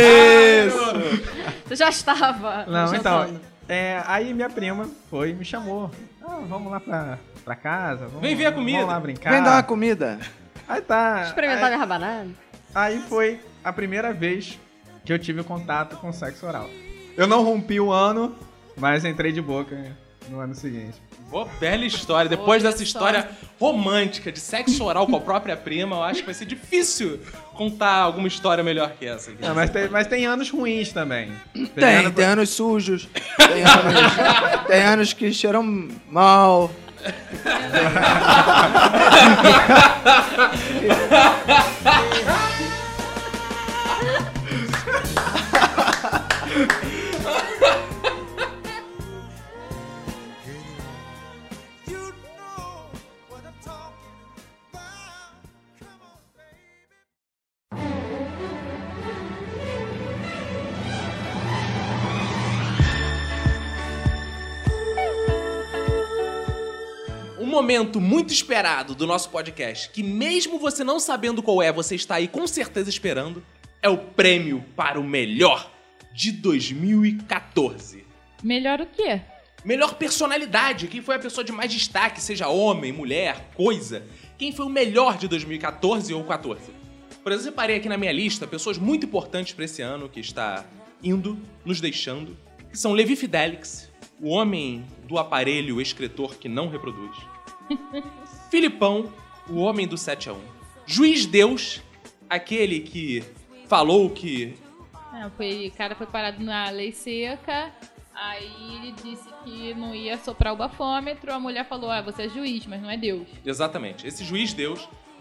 Speaker 5: Você já estava.
Speaker 7: Não,
Speaker 5: jantando.
Speaker 7: então, aí minha prima foi e me chamou. Vamos lá pra casa.
Speaker 3: Vem ver a comida.
Speaker 7: Vamos lá brincar.
Speaker 4: Vem dar uma comida.
Speaker 7: Aí tá.
Speaker 5: Experimentar minha rabanada.
Speaker 7: Aí foi a primeira vez que eu tive contato com sexo oral. Eu não rompi o ano, mas entrei de boca no ano seguinte.
Speaker 3: Boa, bela história. Depois dessa história romântica de sexo oral com a própria prima, eu acho que vai ser difícil contar alguma história melhor que essa. Aqui.
Speaker 7: Não, mas tem anos ruins também.
Speaker 4: Tem anos sujos. Tem anos que cheiram mal.
Speaker 3: Um momento muito esperado do nosso podcast, que mesmo você não sabendo qual é, você está aí com certeza esperando, é o prêmio para o melhor de 2014.
Speaker 6: Melhor o quê?
Speaker 3: Melhor personalidade, quem foi a pessoa de mais destaque, seja homem, mulher, coisa. Quem foi o melhor de 2014 ou 14? Por exemplo, eu separei aqui na minha lista pessoas muito importantes para esse ano que está indo, nos deixando, que são Levi Fidelix, o homem do aparelho escritor que não reproduz. Filipão, o homem do 7-1. Juiz Deus, aquele que falou que...
Speaker 6: O cara foi parado na lei seca, aí ele disse que não ia soprar o bafômetro, a mulher falou, você é juiz, mas não é Deus.
Speaker 3: Exatamente, esse Juiz Deus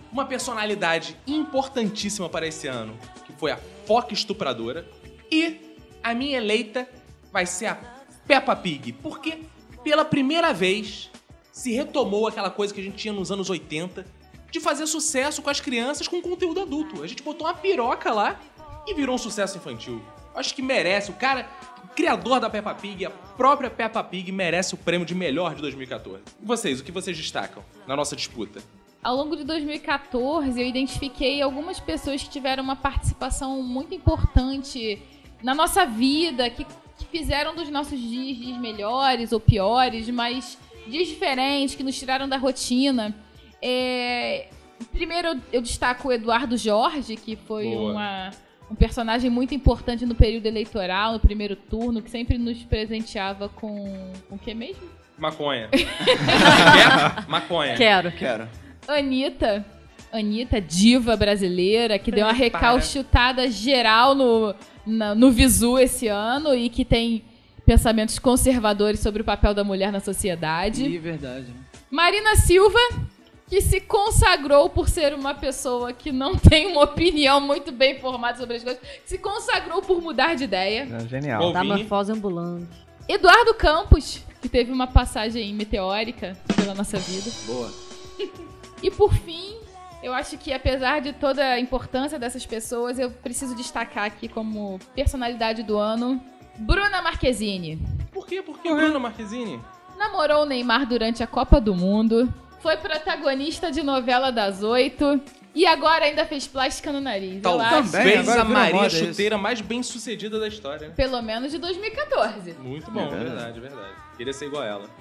Speaker 3: uma personalidade importantíssima para esse ano, que foi a Foca Estupradora. E a minha eleita vai ser a Peppa Pig, porque pela primeira vez se retomou aquela coisa que a gente tinha nos anos 80 de fazer sucesso com as crianças com conteúdo adulto. A gente botou uma piroca lá e virou um sucesso infantil. Acho que merece. O criador da Peppa Pig, a própria Peppa Pig, merece o prêmio de melhor de 2014. E vocês, o que vocês destacam na nossa disputa?
Speaker 6: Ao longo de 2014, eu identifiquei algumas pessoas que tiveram uma participação muito importante na nossa vida, que fizeram dos nossos dias melhores ou piores, mas dias diferentes, que nos tiraram da rotina. Primeiro, eu destaco o Eduardo Jorge, que foi um personagem muito importante no período eleitoral, no primeiro turno, que sempre nos presenteava com o que mesmo?
Speaker 3: Maconha. Quer? Maconha.
Speaker 5: Quero.
Speaker 6: Anitta, diva brasileira, que deu uma recalchutada geral no Visu esse ano e que tem pensamentos conservadores sobre o papel da mulher na sociedade.
Speaker 9: Verdade.
Speaker 6: Marina Silva, que se consagrou por ser uma pessoa que não tem uma opinião muito bem formada sobre as coisas, se consagrou por mudar de ideia.
Speaker 7: Genial.
Speaker 3: Bom,
Speaker 5: Metamorfose ambulante.
Speaker 6: Eduardo Campos, que teve uma passagem meteórica pela nossa vida.
Speaker 4: Boa.
Speaker 6: E por fim, eu acho que apesar de toda a importância dessas pessoas, eu preciso destacar aqui como personalidade do ano, Bruna Marquezine.
Speaker 3: Por quê? Por que Bruna Marquezine?
Speaker 6: Namorou o Neymar durante a Copa do Mundo, foi protagonista de novela das 8 e agora ainda fez plástica no nariz. Eu acho.
Speaker 4: Também,
Speaker 3: Talvez
Speaker 4: agora
Speaker 3: a
Speaker 4: virou
Speaker 3: Maria
Speaker 4: moda
Speaker 3: Chuteira mais bem sucedida da história. Né?
Speaker 6: Pelo menos de 2014.
Speaker 3: Muito bom, verdade. Queria ser igual a ela.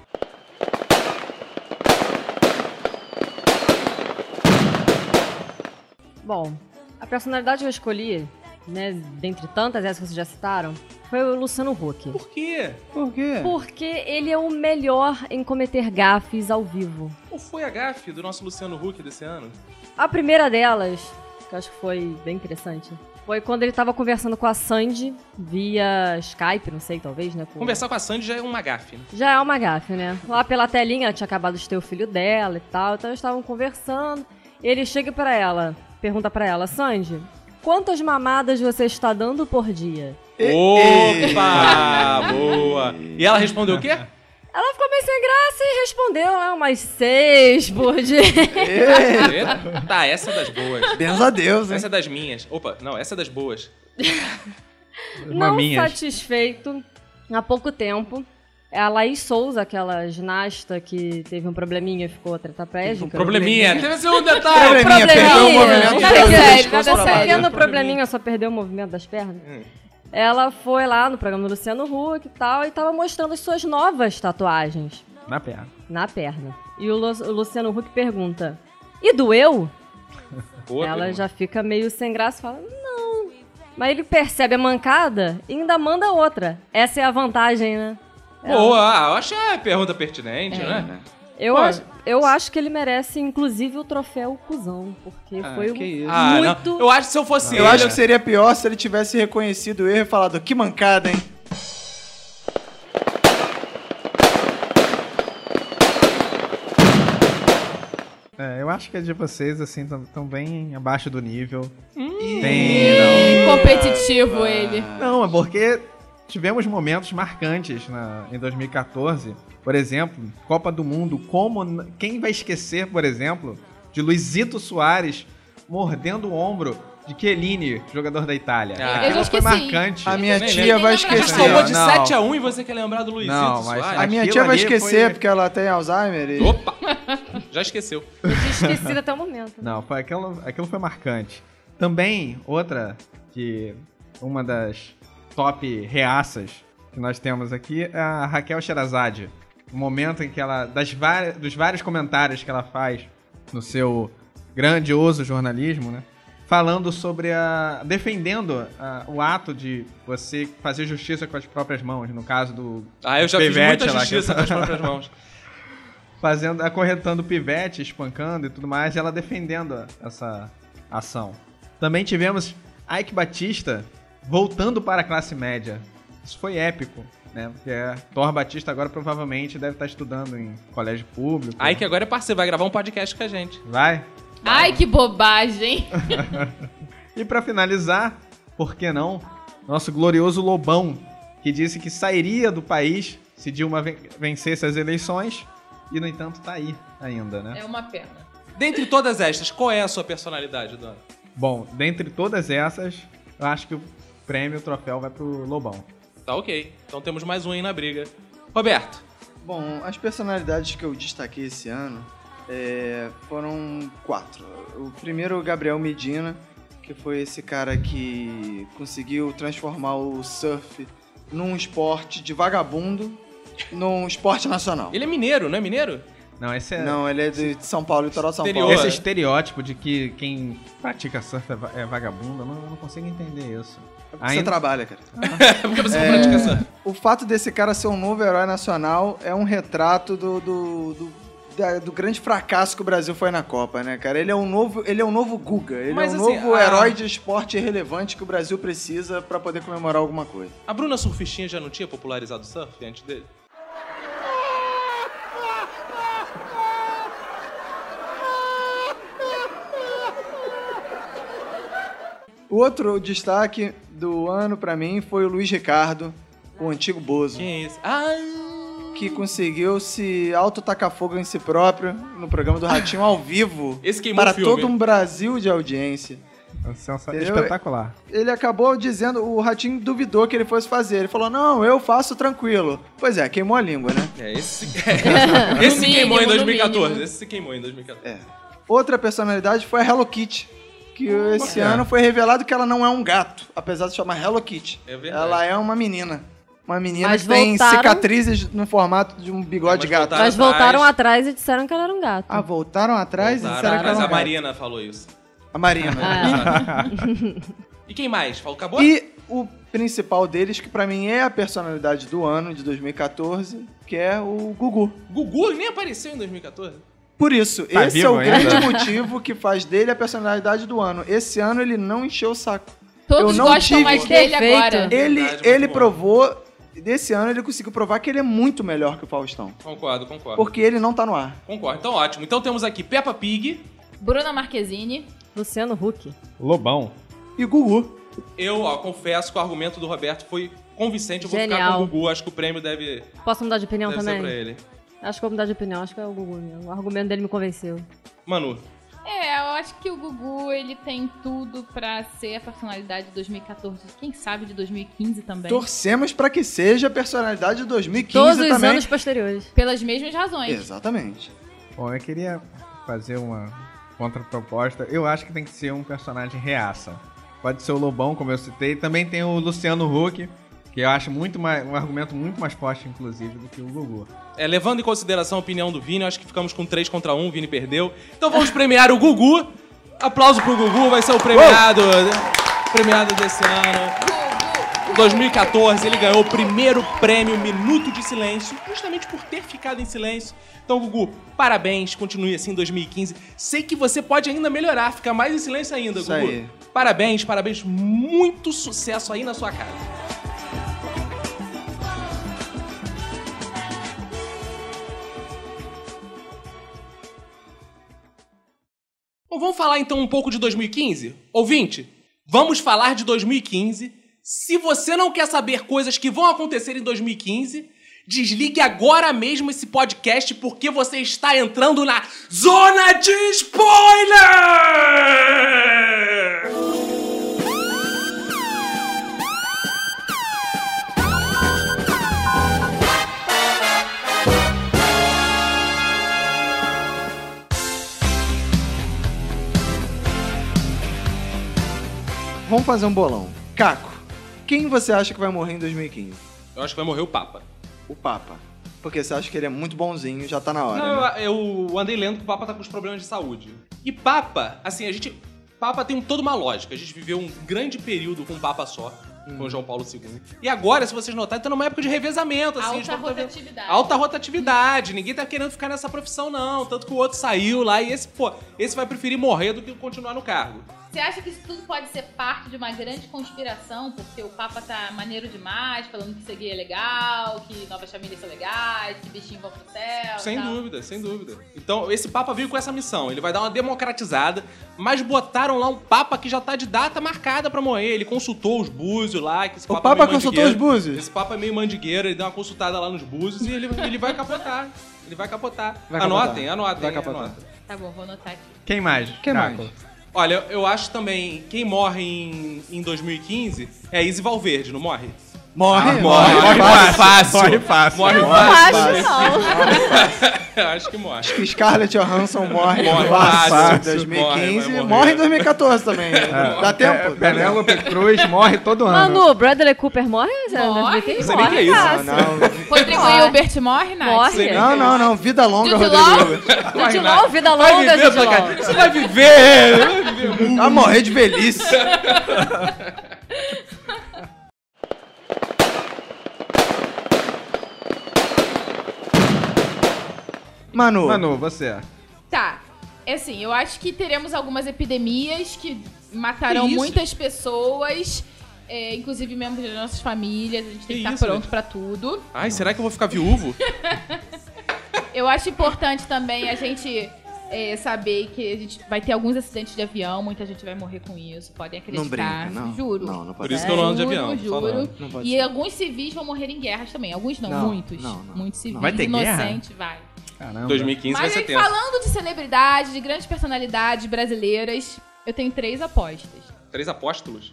Speaker 5: Bom, a personalidade que eu escolhi, né, dentre tantas essas que vocês já citaram, foi o Luciano Huck.
Speaker 3: Por quê?
Speaker 4: Por quê?
Speaker 5: Porque ele é o melhor em cometer gafes ao vivo.
Speaker 3: Qual foi a gafe do nosso Luciano Huck desse ano?
Speaker 5: A primeira delas, que eu acho que foi bem interessante, foi quando ele tava conversando com a Sandy via Skype, não sei, talvez, né?
Speaker 3: Conversar com a Sandy já é uma gafe, né?
Speaker 5: Já é uma gafe, né? Lá pela telinha, ela tinha acabado de ter o filho dela e tal, então eles estavam conversando. Ele chega pra ela, pergunta pra ela, Sandy, quantas mamadas você está dando por dia?
Speaker 3: Opa! Boa! E ela respondeu o quê?
Speaker 5: Ela ficou meio sem graça e respondeu, né? Umas 6 por dia.
Speaker 3: Eita. Tá, essa é das boas.
Speaker 4: Benza a Deus, hein?
Speaker 3: Essa é das minhas. Opa, não, essa é das boas.
Speaker 5: Não
Speaker 7: Maminhas.
Speaker 5: satisfeito, há pouco tempo, a Laís Souza, aquela ginasta que teve um probleminha e ficou tetraplégica.
Speaker 3: Probleminha. Deve ser um detalhe.
Speaker 4: Probleminha, perdeu o movimento
Speaker 6: Nada
Speaker 4: das
Speaker 6: sério,
Speaker 4: costas
Speaker 6: nada
Speaker 4: pra
Speaker 6: sério.
Speaker 4: baixo.
Speaker 5: Pequeno probleminha, só perdeu o movimento das pernas. Ela foi lá no programa do Luciano Huck e tal, e tava mostrando as suas novas tatuagens
Speaker 7: Na perna.
Speaker 5: na perna. E o Luciano Huck pergunta, e doeu?
Speaker 3: Boa
Speaker 5: Ela
Speaker 3: pergunta.
Speaker 5: já fica meio sem graça e fala, não. Mas ele percebe a mancada e ainda manda outra. Essa é a vantagem, né?
Speaker 3: Boa, eu acho a pergunta pertinente, né?
Speaker 5: Eu acho que ele merece, inclusive, o troféu cuzão, porque foi
Speaker 4: que isso.
Speaker 5: muito...
Speaker 3: Não. Eu acho que se eu fosse
Speaker 4: Eu
Speaker 3: ele...
Speaker 4: acho que seria pior se ele tivesse reconhecido o erro e falado, que mancada, hein?
Speaker 7: Eu acho que a de vocês, assim, estão bem abaixo do nível.
Speaker 6: Competitivo ele.
Speaker 7: Não, é porque tivemos momentos marcantes em 2014. Por exemplo, Copa do Mundo. Quem vai esquecer, por exemplo, de Luizito Soares mordendo o ombro de Chiellini, jogador da Itália.
Speaker 3: Ah.
Speaker 7: Aquilo
Speaker 6: Eu já
Speaker 7: foi
Speaker 6: esqueci.
Speaker 7: marcante.
Speaker 4: A minha
Speaker 3: Nem
Speaker 4: tia
Speaker 3: lembro.
Speaker 4: vai
Speaker 6: Nem lembro.
Speaker 3: A gente
Speaker 4: esquecer.
Speaker 3: falou de
Speaker 7: Não.
Speaker 3: 7-1 e você quer lembrar do Luizito
Speaker 7: Não, mas
Speaker 3: Soares?
Speaker 4: A minha
Speaker 7: Aquilo
Speaker 4: tia vai
Speaker 7: ali
Speaker 4: esquecer
Speaker 7: foi-
Speaker 4: porque ela tem Alzheimer e...
Speaker 3: Opa! Já esqueceu.
Speaker 5: Eu tinha esquecido até o momento.
Speaker 7: Não, aquilo foi marcante. Também, uma das top reaças que nós temos aqui é a Raquel Sherazade. O momento em que ela, dos vários comentários que ela faz no seu grandioso jornalismo, né? Falando sobre defendendo o ato de você fazer justiça com as próprias mãos, no caso do
Speaker 3: Ah, eu já fiz
Speaker 7: Pivete
Speaker 3: muita
Speaker 7: lá,
Speaker 3: justiça
Speaker 7: que-
Speaker 3: com as próprias mãos.
Speaker 7: acorrentando o pivete, espancando e tudo mais, e ela defendendo essa ação. Também tivemos Ike Batista voltando para a classe média. Isso foi épico, né? Porque Thor Batista agora provavelmente deve estar estudando em colégio público.
Speaker 3: Aí que agora é parceiro, vai gravar um podcast com a gente.
Speaker 7: Vai?
Speaker 6: Ai, que bobagem.
Speaker 7: E pra finalizar, por que não, nosso glorioso Lobão, que disse que sairia do país se Dilma vencesse as eleições, e no entanto tá aí ainda, né?
Speaker 6: É uma pena.
Speaker 3: Dentre todas estas, qual é a sua personalidade, Dona?
Speaker 7: Bom, dentre todas essas, eu acho que o troféu vai pro Lobão.
Speaker 3: Tá ok. Então temos mais um aí na briga. Roberto.
Speaker 4: Bom, as personalidades que eu destaquei esse ano foram 4. O primeiro, o Gabriel Medina, que foi esse cara que conseguiu transformar o surf num esporte de vagabundo, num esporte nacional.
Speaker 3: Ele é mineiro, não é mineiro?
Speaker 7: Não, esse é...
Speaker 4: Não, ele é de São Paulo, litoral de São
Speaker 3: Exterior.
Speaker 4: Paulo.
Speaker 7: Esse estereótipo de que quem pratica surf é vagabundo, eu não consigo entender isso.
Speaker 4: Você trabalha, cara.
Speaker 3: Porque você não pratica surf.
Speaker 4: O fato desse cara ser um novo herói nacional é um retrato do grande fracasso que o Brasil foi na Copa, né, cara? Ele é um novo Guga. Ele
Speaker 3: Mas,
Speaker 4: é um
Speaker 3: assim,
Speaker 4: novo herói de esporte relevante que o Brasil precisa pra poder comemorar alguma coisa.
Speaker 3: A Bruna Surfistinha já não tinha popularizado o surf antes dele?
Speaker 4: O outro destaque do ano pra mim foi o Luiz Ricardo, o antigo Bozo.
Speaker 3: Quem é esse?
Speaker 4: Que conseguiu se auto-tacar fogo em si próprio no programa do Ratinho ao vivo.
Speaker 3: Esse queimou
Speaker 4: para
Speaker 3: o filme.
Speaker 4: todo um Brasil de audiência.
Speaker 7: Espetacular.
Speaker 4: Ele acabou dizendo, o Ratinho duvidou que ele fosse fazer. Ele falou, não, eu faço tranquilo. Pois é, queimou a língua, né?
Speaker 3: Esse se queimou em
Speaker 6: mínimo,
Speaker 3: 2014.
Speaker 6: mínimo.
Speaker 3: Esse se queimou em 2014.
Speaker 4: Outra personalidade foi a Hello Kitty. Que esse ano foi revelado que ela não é um gato, apesar de chamar Hello Kitty.
Speaker 3: É verdade.
Speaker 4: Ela é uma menina. Uma menina
Speaker 5: Mas
Speaker 4: que tem
Speaker 5: voltaram-
Speaker 4: cicatrizes no formato de um bigode
Speaker 3: Mas
Speaker 4: gato.
Speaker 5: Mas voltaram atrás e disseram que ela era um gato.
Speaker 4: Ah, voltaram atrás e
Speaker 3: Voltaram,
Speaker 4: disseram que
Speaker 3: mas
Speaker 4: era um
Speaker 3: a
Speaker 4: gato.
Speaker 3: Marina falou isso.
Speaker 4: A Marina.
Speaker 3: E quem mais? Acabou?
Speaker 4: E o principal deles, que pra mim é a personalidade do ano, de 2014, que é o Gugu.
Speaker 3: Gugu nem apareceu em 2014.
Speaker 4: Por isso,
Speaker 7: Tá
Speaker 4: esse é
Speaker 7: vivo
Speaker 4: o
Speaker 7: ainda?
Speaker 4: grande motivo que faz dele a personalidade do ano. Esse ano ele não encheu o saco.
Speaker 6: Todos
Speaker 4: Eu não
Speaker 6: gostam
Speaker 4: tive-
Speaker 6: mais dele
Speaker 5: Perfeito.
Speaker 6: agora.
Speaker 3: Verdade, muito
Speaker 4: Ele
Speaker 3: bom.
Speaker 4: provou, desse ano ele conseguiu provar que ele é muito melhor que o Faustão.
Speaker 3: Concordo.
Speaker 4: Porque ele não tá no ar.
Speaker 3: Concordo. Então ótimo. Então temos aqui Peppa Pig.
Speaker 6: Bruna Marquezine.
Speaker 5: Luciano Huck.
Speaker 7: Lobão.
Speaker 4: E Gugu.
Speaker 3: Eu, confesso que o argumento do Roberto foi convincente. Eu vou ficar
Speaker 5: Genial.
Speaker 3: com o Gugu. Acho que o prêmio deve
Speaker 5: Posso mudar de opinião
Speaker 3: ser
Speaker 5: também?
Speaker 3: pra ele.
Speaker 5: Acho que eu vou mudar de opinião. Acho que é o Gugu mesmo. O argumento dele me convenceu.
Speaker 3: Manu.
Speaker 6: Eu acho que o Gugu, ele tem tudo pra ser a personalidade de 2014. Quem sabe de 2015 também.
Speaker 4: Torcemos pra que seja a personalidade de 2015
Speaker 5: Todos os
Speaker 4: também.
Speaker 5: anos posteriores.
Speaker 6: Pelas mesmas razões.
Speaker 4: Exatamente.
Speaker 7: Bom, eu queria fazer uma contraproposta. Eu acho que tem que ser um personagem reaça. Pode ser o Lobão, como eu citei. Também tem o Luciano Huck, que eu acho um argumento muito mais forte, inclusive, do que o Gugu.
Speaker 3: Levando em consideração a opinião do Vini, eu acho que ficamos com 3 contra 1, o Vini perdeu. Então vamos premiar o Gugu. Aplauso pro Gugu, vai ser o premiado desse ano. 2014, ele ganhou o primeiro prêmio Minuto de Silêncio, justamente por ter ficado em silêncio. Então, Gugu, parabéns, continue assim em 2015. Sei que você pode ainda melhorar, ficar mais em silêncio ainda,
Speaker 4: Isso
Speaker 3: Gugu.
Speaker 4: aí.
Speaker 3: Parabéns, muito sucesso aí na sua casa. Bom, vamos falar então um pouco de 2015? Ouvinte, vamos falar de 2015. Se você não quer saber coisas que vão acontecer em 2015, desligue agora mesmo esse podcast porque você está entrando na Zona de Spoiler!
Speaker 4: Vamos fazer um bolão. Caco, quem você acha que vai morrer em 2015?
Speaker 3: Eu acho que vai morrer o Papa.
Speaker 4: O Papa. Porque você acha que ele é muito bonzinho, já tá na hora,
Speaker 3: Não,
Speaker 4: né?
Speaker 3: eu andei lendo que o Papa tá com os problemas de saúde. E Papa, assim, Papa tem toda uma lógica. A gente viveu um grande período com um Papa só, com o João Paulo II. E agora, se vocês notarem, tá numa época de revezamento, assim.
Speaker 6: Alta rotatividade.
Speaker 3: Alta rotatividade. Ninguém tá querendo ficar nessa profissão, não. Tanto que o outro saiu lá e esse vai preferir morrer do que continuar no cargo.
Speaker 6: Você acha que isso tudo pode ser parte de uma grande conspiração? Porque o Papa tá maneiro demais, falando que seguir é legal, que novas famílias são legais, que bichinhos vão pro céu.
Speaker 3: Sem
Speaker 6: tal.
Speaker 3: dúvida, sem dúvida. Então, esse Papa veio com essa missão. Ele vai dar uma democratizada, mas botaram lá um Papa que já tá de data marcada pra morrer. Ele consultou os búzios lá. Que esse
Speaker 4: O
Speaker 3: Papa é
Speaker 4: Papa
Speaker 3: meio
Speaker 4: consultou
Speaker 3: mandigueiro.
Speaker 4: os búzios?
Speaker 3: Esse Papa é meio mandigueiro, ele deu uma consultada lá nos búzios e ele vai capotar. Ele vai capotar.
Speaker 4: Vai
Speaker 3: Anotem,
Speaker 4: capotar.
Speaker 3: anotem.
Speaker 4: Vai capotar.
Speaker 3: Anotem.
Speaker 6: Tá bom, vou anotar aqui.
Speaker 7: Quem mais?
Speaker 4: Quem mais?
Speaker 3: Olha, eu acho também, quem morre em 2015 é Izzy Valverde, não morre?
Speaker 4: Morre
Speaker 7: fácil. Morre fácil.
Speaker 3: Morre
Speaker 5: Não
Speaker 3: fácil.
Speaker 5: acho, não.
Speaker 3: Eu acho que morre.
Speaker 4: Acho que Scarlett Johansson morre
Speaker 3: Morre
Speaker 4: fácil
Speaker 3: fácil.
Speaker 4: em 2015.
Speaker 3: Morre.
Speaker 4: Morre em 2014 também. Dá tempo?
Speaker 7: Penélope Cruz morre todo ano.
Speaker 5: Manu, Bradley Cooper morre?
Speaker 6: Morre?
Speaker 5: Quem
Speaker 3: Não sei nem o que é isso.
Speaker 5: fácil.
Speaker 4: Não,
Speaker 6: Rodrigo
Speaker 5: Morre.
Speaker 6: Hilbert morre, Nath?
Speaker 5: Morre.
Speaker 4: não. Vida longa,
Speaker 6: Jude
Speaker 4: Rodrigo
Speaker 6: Law?
Speaker 4: Hilbert.
Speaker 5: Jude Law, vida
Speaker 3: Vai
Speaker 5: longa,
Speaker 3: viver,
Speaker 5: Jude Law.
Speaker 3: Placar. Você vai viver.
Speaker 4: Vai morrer de velhice.
Speaker 7: Manu, você.
Speaker 6: Tá. É assim, eu acho que teremos algumas epidemias que matarão
Speaker 3: Que isso?
Speaker 6: muitas pessoas, inclusive membros das nossas famílias. A gente tem que
Speaker 3: Que
Speaker 6: estar
Speaker 3: isso,
Speaker 6: pronto
Speaker 3: gente?
Speaker 6: pra tudo.
Speaker 3: Ai, será que eu vou ficar viúvo?
Speaker 6: Eu acho importante também a gente saber que a gente vai ter alguns acidentes de avião, muita gente vai morrer com isso, podem acreditar.
Speaker 4: Não brinca, não.
Speaker 6: Juro.
Speaker 4: Não
Speaker 3: Por
Speaker 4: pode
Speaker 3: isso
Speaker 4: ser.
Speaker 3: que eu não ando de
Speaker 6: Juro,
Speaker 3: avião. tô
Speaker 6: juro.
Speaker 3: falando.
Speaker 4: Não pode
Speaker 6: E
Speaker 4: ser.
Speaker 6: alguns civis vão morrer em guerras também. Alguns não,
Speaker 4: Não,
Speaker 6: muitos.
Speaker 4: não.
Speaker 6: Muitos civis
Speaker 7: Vai ter guerra?
Speaker 6: inocentes, vai.
Speaker 7: Caramba.
Speaker 3: 2015 vai
Speaker 6: Mas
Speaker 3: ser
Speaker 6: aí,
Speaker 3: tenso.
Speaker 6: falando de celebridade, de grandes personalidades brasileiras, eu tenho 3 apostas.
Speaker 3: 3 apóstolos?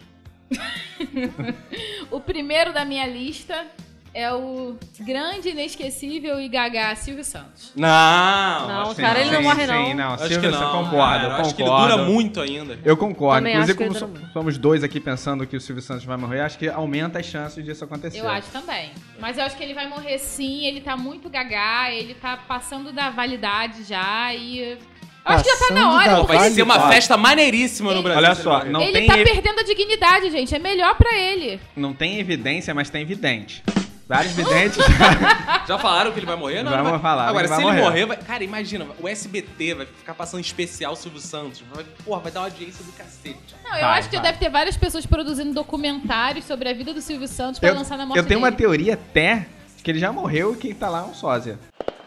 Speaker 6: O primeiro da minha lista é o grande, inesquecível e gaga Silvio Santos.
Speaker 5: Não, cara, ele não morre, não.
Speaker 7: Sim, não.
Speaker 3: Acho
Speaker 7: Silvio,
Speaker 3: que
Speaker 7: você
Speaker 3: não.
Speaker 7: concorda,
Speaker 3: cara.
Speaker 7: eu
Speaker 3: Acho que ele
Speaker 7: concordo.
Speaker 3: dura muito ainda.
Speaker 7: Eu concordo.
Speaker 5: Também
Speaker 7: Inclusive,
Speaker 5: acho que
Speaker 7: como
Speaker 5: ele dura
Speaker 7: somos dois aqui pensando que o Silvio Santos vai morrer, acho que aumenta as chances disso acontecer.
Speaker 6: Eu acho também. Mas eu acho que ele vai morrer sim, ele tá muito gaga, ele tá passando da validade já e... Eu acho que já tá na
Speaker 4: Passando
Speaker 6: hora.
Speaker 4: da
Speaker 6: porque
Speaker 3: Vai ser uma
Speaker 4: Vale.
Speaker 3: festa maneiríssima no Brasil.
Speaker 7: Olha
Speaker 3: se
Speaker 7: só,
Speaker 3: ele morrer.
Speaker 7: não
Speaker 6: ele
Speaker 7: tem,
Speaker 6: tá perdendo a dignidade, gente. É melhor pra ele.
Speaker 7: não tem evidência, mas tem vidente. Vários videntes.
Speaker 3: Já falaram que ele vai morrer? Não,
Speaker 7: Vamos
Speaker 3: não vai.
Speaker 7: falar,
Speaker 3: Agora,
Speaker 7: ele vai
Speaker 3: se ele
Speaker 7: morrer.
Speaker 3: morrer, vai... Cara, imagina, o SBT vai ficar passando especial Silvio Santos. Vai dar uma audiência do cacete.
Speaker 6: Não, eu
Speaker 7: Vai,
Speaker 6: acho que
Speaker 7: vai.
Speaker 6: deve ter várias pessoas produzindo documentários sobre a vida do Silvio Santos pra lançar na morte
Speaker 7: eu tenho uma
Speaker 6: dele.
Speaker 7: teoria até que ele já morreu e quem tá lá é um sósia.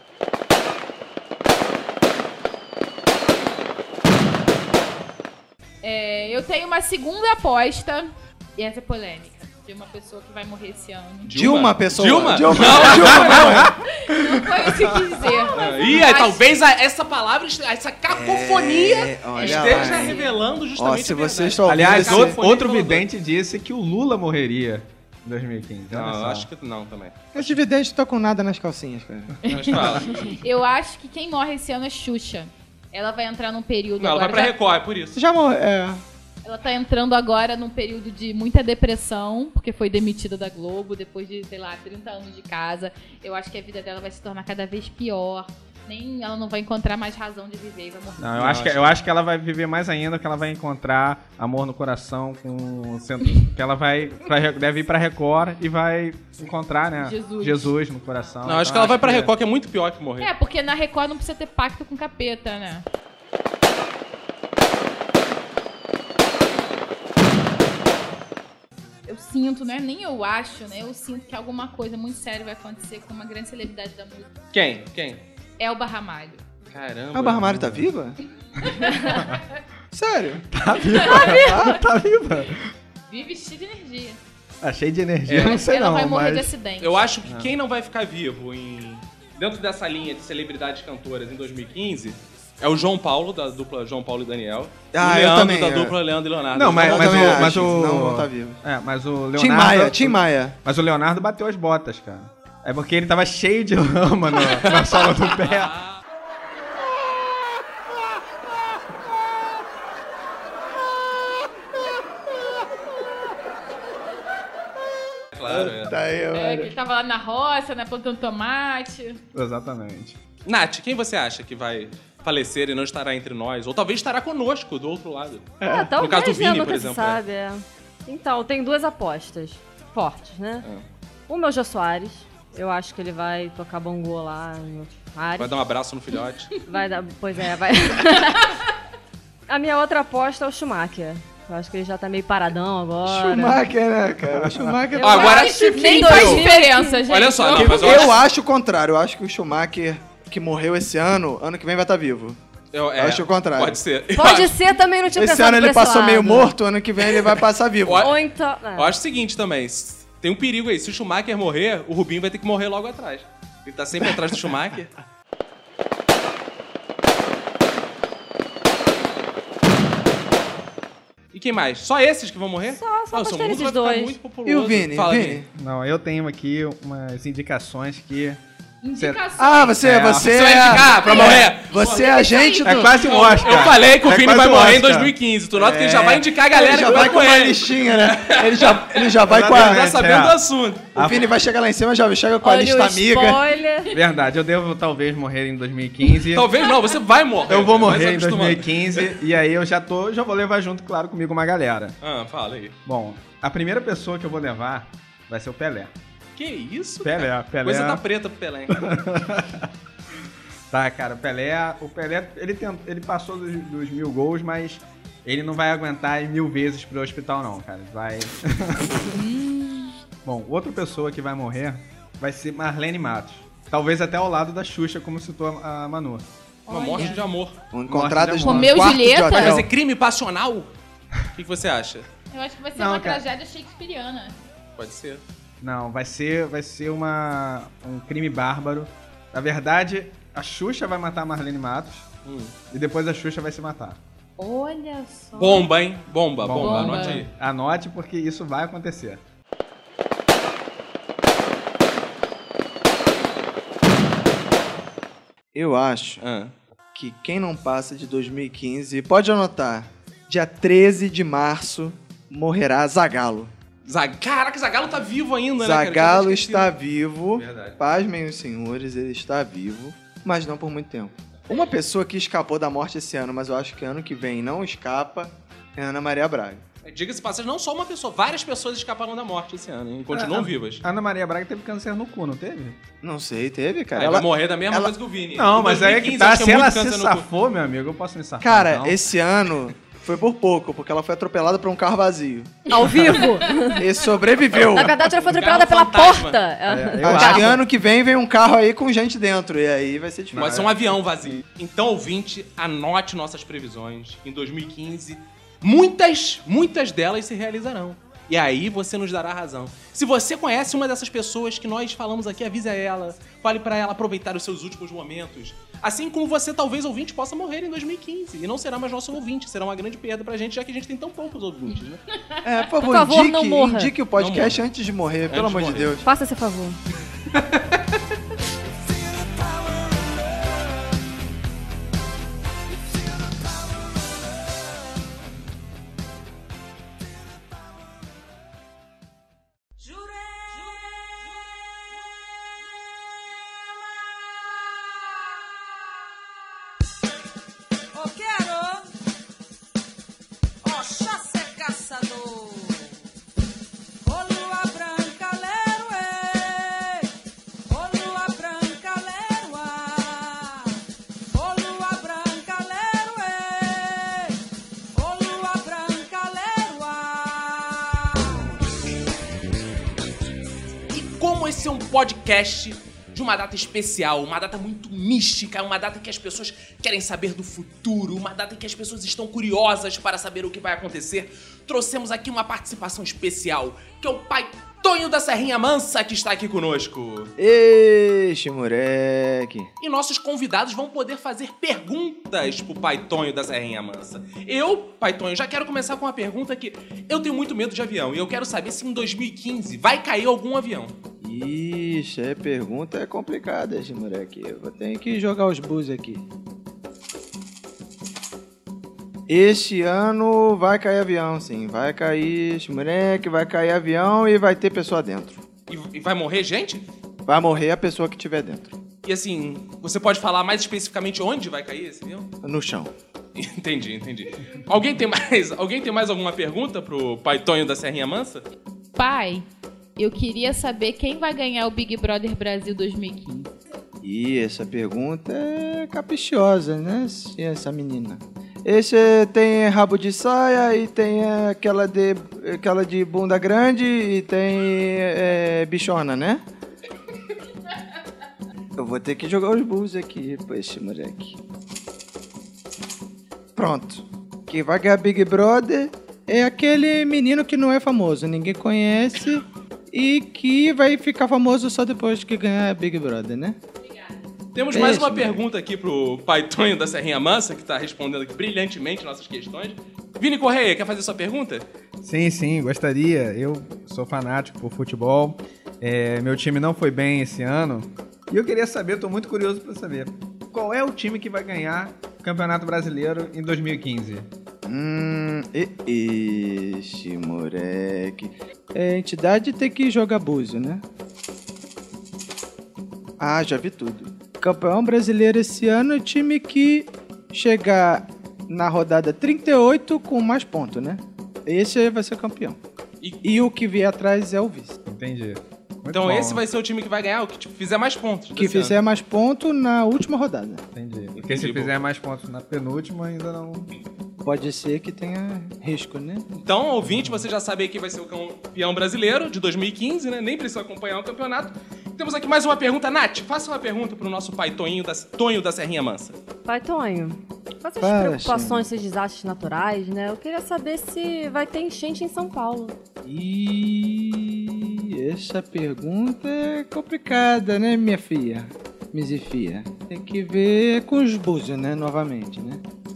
Speaker 6: Eu tenho uma segunda aposta, e essa é polêmica, de uma pessoa que vai morrer esse ano.
Speaker 4: Dilma, pessoa.
Speaker 3: Dilma?
Speaker 4: Dilma.
Speaker 6: Não foi isso que quis dizer.
Speaker 3: Ih,
Speaker 6: Mas-
Speaker 3: talvez essa palavra, essa cacofonia
Speaker 4: olha
Speaker 3: esteja
Speaker 4: aí.
Speaker 3: revelando
Speaker 4: Ó,
Speaker 3: justamente
Speaker 4: se
Speaker 3: a verdade.
Speaker 4: vocês estão ouvindo
Speaker 7: Aliás,
Speaker 4: esse-
Speaker 7: outro
Speaker 3: falou
Speaker 7: vidente disse que o Lula morreria em 2015. Olha
Speaker 3: Não,
Speaker 7: só.
Speaker 3: eu acho que não também.
Speaker 9: Os dividendos não estão com nada nas calcinhas, cara.
Speaker 3: Mas fala.
Speaker 6: Eu acho que quem morre esse ano é Xuxa. Ela vai entrar num período
Speaker 3: Não, ela vai
Speaker 6: agora...
Speaker 3: pra Record, é por isso.
Speaker 9: Já morreu.
Speaker 6: Ela tá entrando agora num período de muita depressão, porque foi demitida da Globo depois de, sei lá, 30 anos de casa. Eu acho que a vida dela vai se tornar cada vez pior. Ela não vai encontrar mais razão de viver e vai morrer.
Speaker 7: Não,
Speaker 3: Não,
Speaker 7: eu acho que ela vai viver mais ainda, que ela vai encontrar amor no coração com que ela deve ir pra Record e vai encontrar, né,
Speaker 6: Jesus.
Speaker 7: no coração.
Speaker 3: Não, acho
Speaker 7: Então,
Speaker 3: que ela vai pra Record, que é muito pior que morrer.
Speaker 6: É, porque na Record não precisa ter pacto com capeta, né? Eu sinto, não é nem eu acho, né? Eu sinto que alguma coisa muito séria vai acontecer com uma grande celebridade da música.
Speaker 3: Quem?
Speaker 6: Elba Ramalho.
Speaker 3: Caramba.
Speaker 4: A Barramário tá viva? Sério?
Speaker 7: Tá viva.
Speaker 6: Vive cheia de energia.
Speaker 7: Tá cheio de energia, não sei
Speaker 6: Ela
Speaker 7: não,
Speaker 6: vai morrer de
Speaker 7: mas...
Speaker 6: acidente.
Speaker 3: Eu acho que quem não vai ficar vivo dentro dessa linha de celebridades cantoras em 2015 é o João Paulo, da dupla João Paulo e Daniel.
Speaker 4: Ah,
Speaker 3: e
Speaker 4: eu
Speaker 3: Leandro,
Speaker 4: também,
Speaker 3: da
Speaker 4: é.
Speaker 3: dupla Leandro e Leonardo.
Speaker 7: Não, mas
Speaker 4: Eu
Speaker 7: o...
Speaker 4: também
Speaker 7: Mas
Speaker 4: acho,
Speaker 7: o...
Speaker 4: não vão tá vivo.
Speaker 7: É, mas o Leonardo...
Speaker 4: Tim Maia.
Speaker 7: Mas o Leonardo bateu as botas, cara. É porque ele tava cheio de lama na sola do pé.
Speaker 3: Claro, é.
Speaker 4: Tá aí,
Speaker 6: É, que
Speaker 4: olha.
Speaker 6: ele tava lá na roça, né, plantando tomate.
Speaker 7: Exatamente.
Speaker 3: Nath, quem você acha que vai falecer e não estará entre nós? Ou talvez estará conosco, do outro lado.
Speaker 5: Talvez,
Speaker 3: No caso do
Speaker 5: né,
Speaker 3: Vini,
Speaker 5: nunca
Speaker 3: por
Speaker 5: se
Speaker 3: exemplo,
Speaker 5: sabe, Então, tem 2 apostas fortes, né? Uma é o Jô Soares. Eu acho que ele vai tocar bongô lá em outros
Speaker 3: Vai
Speaker 5: áreas.
Speaker 3: dar um abraço no filhote.
Speaker 5: Vai dar... Pois é, vai... A minha outra aposta é o Schumacher. Eu acho que ele já tá meio paradão agora.
Speaker 4: Schumacher, né, cara? O Schumacher...
Speaker 3: Agora,
Speaker 6: Nem faz diferença, gente.
Speaker 3: olha só, não, mas
Speaker 4: Eu acho o contrário. Eu acho que o Schumacher, que morreu esse ano que vem vai estar vivo. Eu acho o contrário.
Speaker 3: Pode ser.
Speaker 5: Pode ser também, não tinha
Speaker 4: Esse
Speaker 5: pensado
Speaker 4: ano
Speaker 5: por
Speaker 4: ele
Speaker 5: esse
Speaker 4: passou
Speaker 5: lado.
Speaker 4: meio morto, ano que vem ele vai passar vivo.
Speaker 5: Ou então...
Speaker 3: Eu acho o seguinte também, tem um perigo aí. Se o Schumacher morrer, o Rubinho vai ter que morrer logo atrás. Ele tá sempre atrás do Schumacher. E quem mais? Só esses que vão morrer?
Speaker 5: Só
Speaker 3: o seu
Speaker 5: gostei
Speaker 3: mundo
Speaker 5: desses
Speaker 3: vai ficar
Speaker 5: dois.
Speaker 3: muito populoso.
Speaker 4: E o Vini?
Speaker 3: Fala,
Speaker 4: Vini?
Speaker 7: Não, eu tenho aqui umas indicações que...
Speaker 6: Indicações.
Speaker 4: Ah, você
Speaker 3: Você vai indicar pra morrer?
Speaker 4: Você é agente do...
Speaker 7: É quase um Oscar.
Speaker 3: Eu falei que o
Speaker 7: É
Speaker 3: Vini
Speaker 7: quase
Speaker 3: vai
Speaker 7: um
Speaker 3: morrer em
Speaker 7: Oscar.
Speaker 3: 2015. Tu nota que ele já vai indicar a galera
Speaker 4: Ele já
Speaker 3: que
Speaker 4: vai com
Speaker 3: com
Speaker 4: uma
Speaker 3: ele.
Speaker 4: listinha, né? Ele já vai com a...
Speaker 3: Tá sabendo do assunto.
Speaker 4: O Vini vai chegar lá em cima, já chega com a
Speaker 5: Olha
Speaker 4: lista
Speaker 5: o
Speaker 4: amiga.
Speaker 5: spoiler.
Speaker 7: Verdade, eu devo talvez morrer em 2015.
Speaker 3: Talvez não, você vai morrer.
Speaker 7: Eu vou
Speaker 3: Vai se
Speaker 7: morrer em
Speaker 3: acostumando.
Speaker 7: 2015 e aí eu já vou levar junto, claro, comigo uma galera.
Speaker 3: Ah, fala aí.
Speaker 7: Bom, a primeira pessoa que eu vou levar vai ser o Pelé.
Speaker 3: Que isso?
Speaker 7: Pelé,
Speaker 3: cara?
Speaker 7: Pelé.
Speaker 3: Coisa tá preta pro Pelé.
Speaker 7: Tá, cara, o Pelé, ele passou dos 1000 gols, mas ele não vai aguentar ir 1000 vezes pro hospital não, cara. Vai... Bom, outra pessoa que vai morrer vai ser Marlene Matos. Talvez até ao lado da Xuxa, como citou a Manu.
Speaker 3: Uma morte de amor.
Speaker 4: Encontradas no
Speaker 6: Romeu e
Speaker 4: quarto de
Speaker 6: Julieta?
Speaker 3: Vai
Speaker 4: hotel.
Speaker 3: ser crime passional? O que você acha?
Speaker 6: Eu acho que vai ser
Speaker 7: Não,
Speaker 6: uma
Speaker 7: cara.
Speaker 6: tragédia shakespeariana.
Speaker 3: Pode ser.
Speaker 7: Não, vai ser um crime bárbaro. Na verdade, a Xuxa vai matar a Marlene Matos e depois a Xuxa vai se matar.
Speaker 6: Olha só.
Speaker 3: Bomba, hein? Bomba.
Speaker 6: Bomba.
Speaker 3: Anote aí.
Speaker 7: Anote porque isso vai acontecer.
Speaker 4: Eu acho
Speaker 3: Ah.
Speaker 4: que quem não passa de 2015, pode anotar, dia 13 de março morrerá Zagallo.
Speaker 3: Caraca, Zagallo tá vivo ainda, né, cara?
Speaker 4: Zagallo
Speaker 3: Eu tinha esquecido.
Speaker 4: está vivo.
Speaker 3: Verdade.
Speaker 4: Pasmem os senhores, ele está vivo, mas não por muito tempo. Uma pessoa que escapou da morte esse ano, mas eu acho que ano que vem não escapa, é Ana Maria Braga.
Speaker 3: Diga-se passagem, não só uma pessoa, várias pessoas escaparam da morte esse ano e continuam vivas.
Speaker 7: Ana Maria Braga teve câncer no cu, não teve?
Speaker 4: Não sei, teve, cara.
Speaker 3: Ela vai morrer da mesma
Speaker 4: ela-
Speaker 3: coisa que o Vini.
Speaker 7: Não,
Speaker 3: Em
Speaker 7: mas aí é que
Speaker 3: 2015,
Speaker 7: tá.
Speaker 3: acho
Speaker 7: Se ela
Speaker 3: muito
Speaker 7: se
Speaker 3: câncer no cu.
Speaker 7: safou, meu amigo, eu posso me safar.
Speaker 4: Cara,
Speaker 7: então.
Speaker 4: esse ano foi por pouco, porque ela foi atropelada por um carro vazio.
Speaker 5: Ao vivo.
Speaker 4: E sobreviveu.
Speaker 5: Na verdade, ela foi
Speaker 3: Um
Speaker 5: atropelada
Speaker 3: carro
Speaker 5: pela
Speaker 3: fantasma.
Speaker 5: porta.
Speaker 7: eu
Speaker 5: O
Speaker 4: Acho
Speaker 5: carro.
Speaker 4: que ano que vem um carro aí com gente dentro, e aí vai ser difícil.
Speaker 3: Pode ser um avião vazio. Então, ouvinte, anote nossas previsões. Em 2015, muitas delas se realizarão. E aí você nos dará razão. Se você conhece uma dessas pessoas que nós falamos aqui, avise a ela. Fale pra ela aproveitar os seus últimos momentos. Assim como você, talvez, ouvinte, possa morrer em 2015. E não será mais nosso ouvinte. Será uma grande perda pra gente, já que a gente tem tão poucos ouvintes, né?
Speaker 4: É, por
Speaker 5: Por favor, não morra.
Speaker 4: indique o podcast
Speaker 3: Não morra.
Speaker 4: antes de morrer, pelo
Speaker 3: Antes de
Speaker 4: amor de
Speaker 3: morrer.
Speaker 4: Deus.
Speaker 5: Faça esse favor.
Speaker 10: Ô, quero! Oxóssi é caçador! Ô, lua branca, leroê! Ô, lua branca, leroá! Ô, lua branca, leroê! Ô, lua branca, leroá!
Speaker 3: E como esse é um podcast de uma data especial, uma data muito mística, uma data que as pessoas querem saber do futuro, uma data em que as pessoas estão curiosas para saber o que vai acontecer, trouxemos aqui uma participação especial, que é o pai Tonho da Serrinha Mansa, que está aqui conosco.
Speaker 4: Eixe, moleque.
Speaker 3: E nossos convidados vão poder fazer perguntas pro pai Tonho da Serrinha Mansa. Eu, pai Tonho, já quero começar com uma pergunta que eu tenho muito medo de avião, e eu quero saber se em 2015 vai cair algum avião.
Speaker 4: Ixi, a pergunta é complicada, esse moleque. Eu vou ter que jogar os bus aqui. Este ano vai cair avião, sim. Vai cair, esse moleque, vai cair avião e vai ter pessoa dentro.
Speaker 3: E vai morrer gente?
Speaker 4: Vai morrer a pessoa que tiver dentro.
Speaker 3: E assim, você pode falar mais especificamente onde vai cair esse avião?
Speaker 4: No chão.
Speaker 3: Entendi. Alguém tem mais alguma pergunta pro pai Tonho da Serrinha Mansa?
Speaker 6: Pai, eu queria saber quem vai ganhar o Big Brother Brasil 2015.
Speaker 4: Ih, essa pergunta é caprichosa, né, essa menina? Esse tem rabo de saia e tem aquela de bunda grande e tem bichona, né? Eu vou ter que jogar os bulls aqui, poxa, moleque. Pronto. Quem vai ganhar Big Brother
Speaker 9: É aquele menino que não é famoso, ninguém conhece e que vai ficar famoso só depois que ganhar Big Brother, né?
Speaker 3: Temos mais uma pergunta aqui pro pai Tonho da Serrinha Mansa, que tá respondendo aqui brilhantemente nossas questões. Vini Correia, quer fazer sua pergunta?
Speaker 7: Sim, gostaria. Eu sou fanático por futebol. Meu time não foi bem esse ano. E eu queria saber, tô muito curioso para saber, qual é o time que vai ganhar o Campeonato Brasileiro em 2015?
Speaker 4: Ixi, moleque. A entidade tem que jogar búzio, né? Ah, já vi tudo.
Speaker 9: Campeão brasileiro esse ano é o time que chegar na rodada 38 com mais pontos, né? Esse aí vai ser campeão. E o que vier atrás é o vice.
Speaker 7: Entendi.
Speaker 3: Então esse vai ser o time que vai ganhar, o que fizer mais pontos.
Speaker 9: Que fizer
Speaker 3: ano.
Speaker 9: mais pontos na última rodada.
Speaker 7: Entendi. Porque se fizer mais pontos na penúltima, ainda não...
Speaker 9: Pode ser que tenha risco, né?
Speaker 3: Então, ouvinte, você já sabe que vai ser o campeão brasileiro de 2015, né? Nem precisa acompanhar o campeonato. Temos aqui mais uma pergunta. Nath, faça uma pergunta pro nosso pai Tonho da Serrinha Mansa.
Speaker 5: Pai Tonho, com essas
Speaker 4: Fala,
Speaker 5: preocupações, esses desastres naturais, né? Eu queria saber se vai ter enchente em São Paulo.
Speaker 9: Essa pergunta é complicada, né, minha filha? Misifia. Tem que ver com os búzios, né, novamente, né?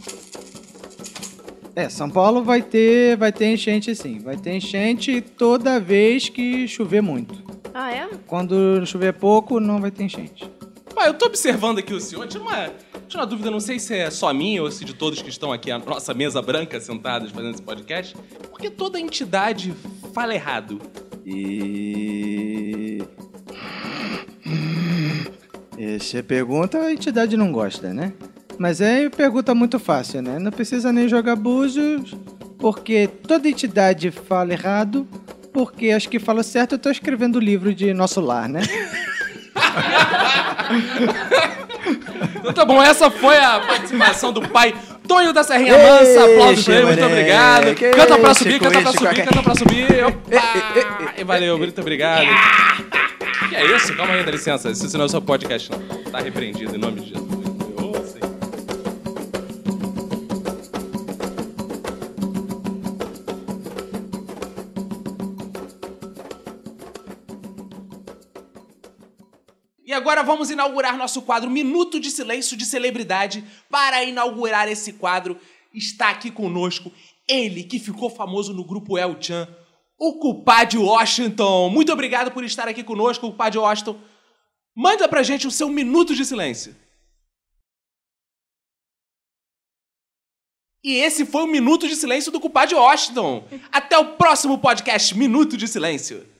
Speaker 9: São Paulo vai ter enchente sim. Vai ter enchente toda vez que chover muito.
Speaker 5: Ah, é?
Speaker 9: Quando chover pouco, não vai ter enchente.
Speaker 3: Pai, eu tô observando aqui o senhor, tinha uma dúvida, não sei se é só minha ou se de todos que estão aqui à nossa mesa branca sentados fazendo esse podcast, porque toda entidade fala errado.
Speaker 9: Essa pergunta a entidade não gosta, né? Mas é pergunta muito fácil, né? Não precisa nem jogar búzios, porque toda entidade fala errado, porque as que falam certo eu tô escrevendo o livro de Nosso Lar, né?
Speaker 3: Então tá bom, essa foi a participação do pai Tonho da Serrinha Mansa. Aplausos pra ele, muito obrigado. Canta pra subir, canta pra subir, canta pra subir. Opa! E valeu, muito obrigado. Que é isso? Calma aí, dá licença. Isso não é o seu podcast, não. Tá repreendido em nome de Jesus. E agora vamos inaugurar nosso quadro Minuto de Silêncio de Celebridade. Para inaugurar esse quadro, está aqui conosco ele que ficou famoso no grupo El Chan, o Compadre Washington. Muito obrigado por estar aqui conosco, Compadre Washington. Manda pra gente o seu Minuto de Silêncio. E esse foi o Minuto de Silêncio do Compadre Washington. Até o próximo podcast Minuto de Silêncio.